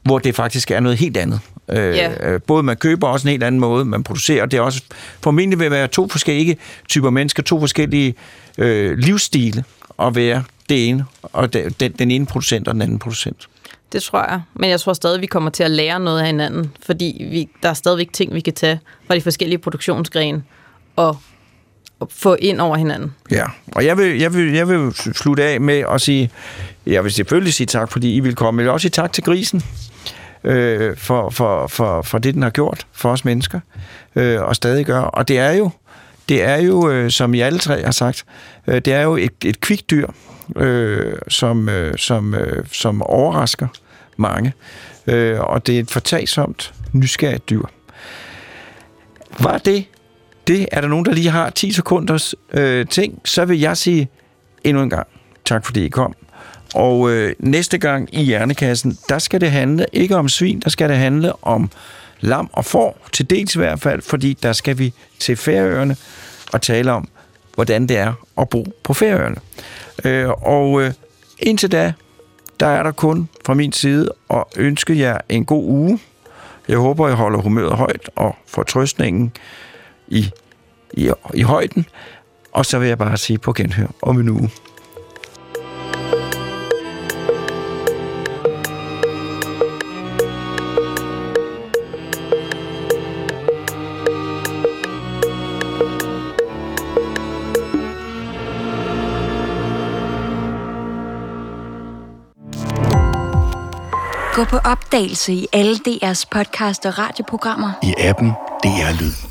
[SPEAKER 2] hvor det faktisk er noget helt andet. Øh,
[SPEAKER 3] Ja.
[SPEAKER 2] Både man køber også en helt anden måde, man producerer, og det er også formentlig vil være to forskellige typer mennesker, to forskellige øh, livsstile at være det ene, og den, den ene producent og den anden producent.
[SPEAKER 3] Det tror jeg. Men jeg tror stadig, vi kommer til at lære noget af hinanden, fordi vi, der er stadigvæk ting, vi kan tage fra de forskellige produktionsgrene og, og få ind over hinanden.
[SPEAKER 2] Ja, og jeg vil, jeg, vil, jeg vil slutte af med at sige, jeg vil selvfølgelig sige tak, fordi I vil komme, men jeg vil også sige tak til grisen, øh, for, for, for, for det, den har gjort for os mennesker, øh, og stadig gør. Og det er jo, det er jo øh, som I alle tre har sagt, øh, det er jo et, et kvikdyr, øh, som, øh, som, øh, som overrasker mange, øh, og det er et fortagsomt, nysgerrigt dyr. Var det det? Er der nogen, der lige har ti sekunders øh, ting, så vil jeg sige endnu en gang tak, fordi I kom. Og øh, næste gang i Hjernekassen, der skal det handle ikke om svin, der skal det handle om lam og får, til dels i hvert fald, fordi der skal vi til Færøerne og tale om, hvordan det er at bo på Færøerne. Øh, og øh, indtil da, der er der kun fra min side at ønske jer en god uge. Jeg håber, I holder humøret højt og fortrøstningen i, i, i højden. Og så vil jeg bare sige på genhør om en uge.
[SPEAKER 6] Gå på opdagelse i alle D R's podcast og radioprogrammer.
[SPEAKER 7] I appen D R Lyd.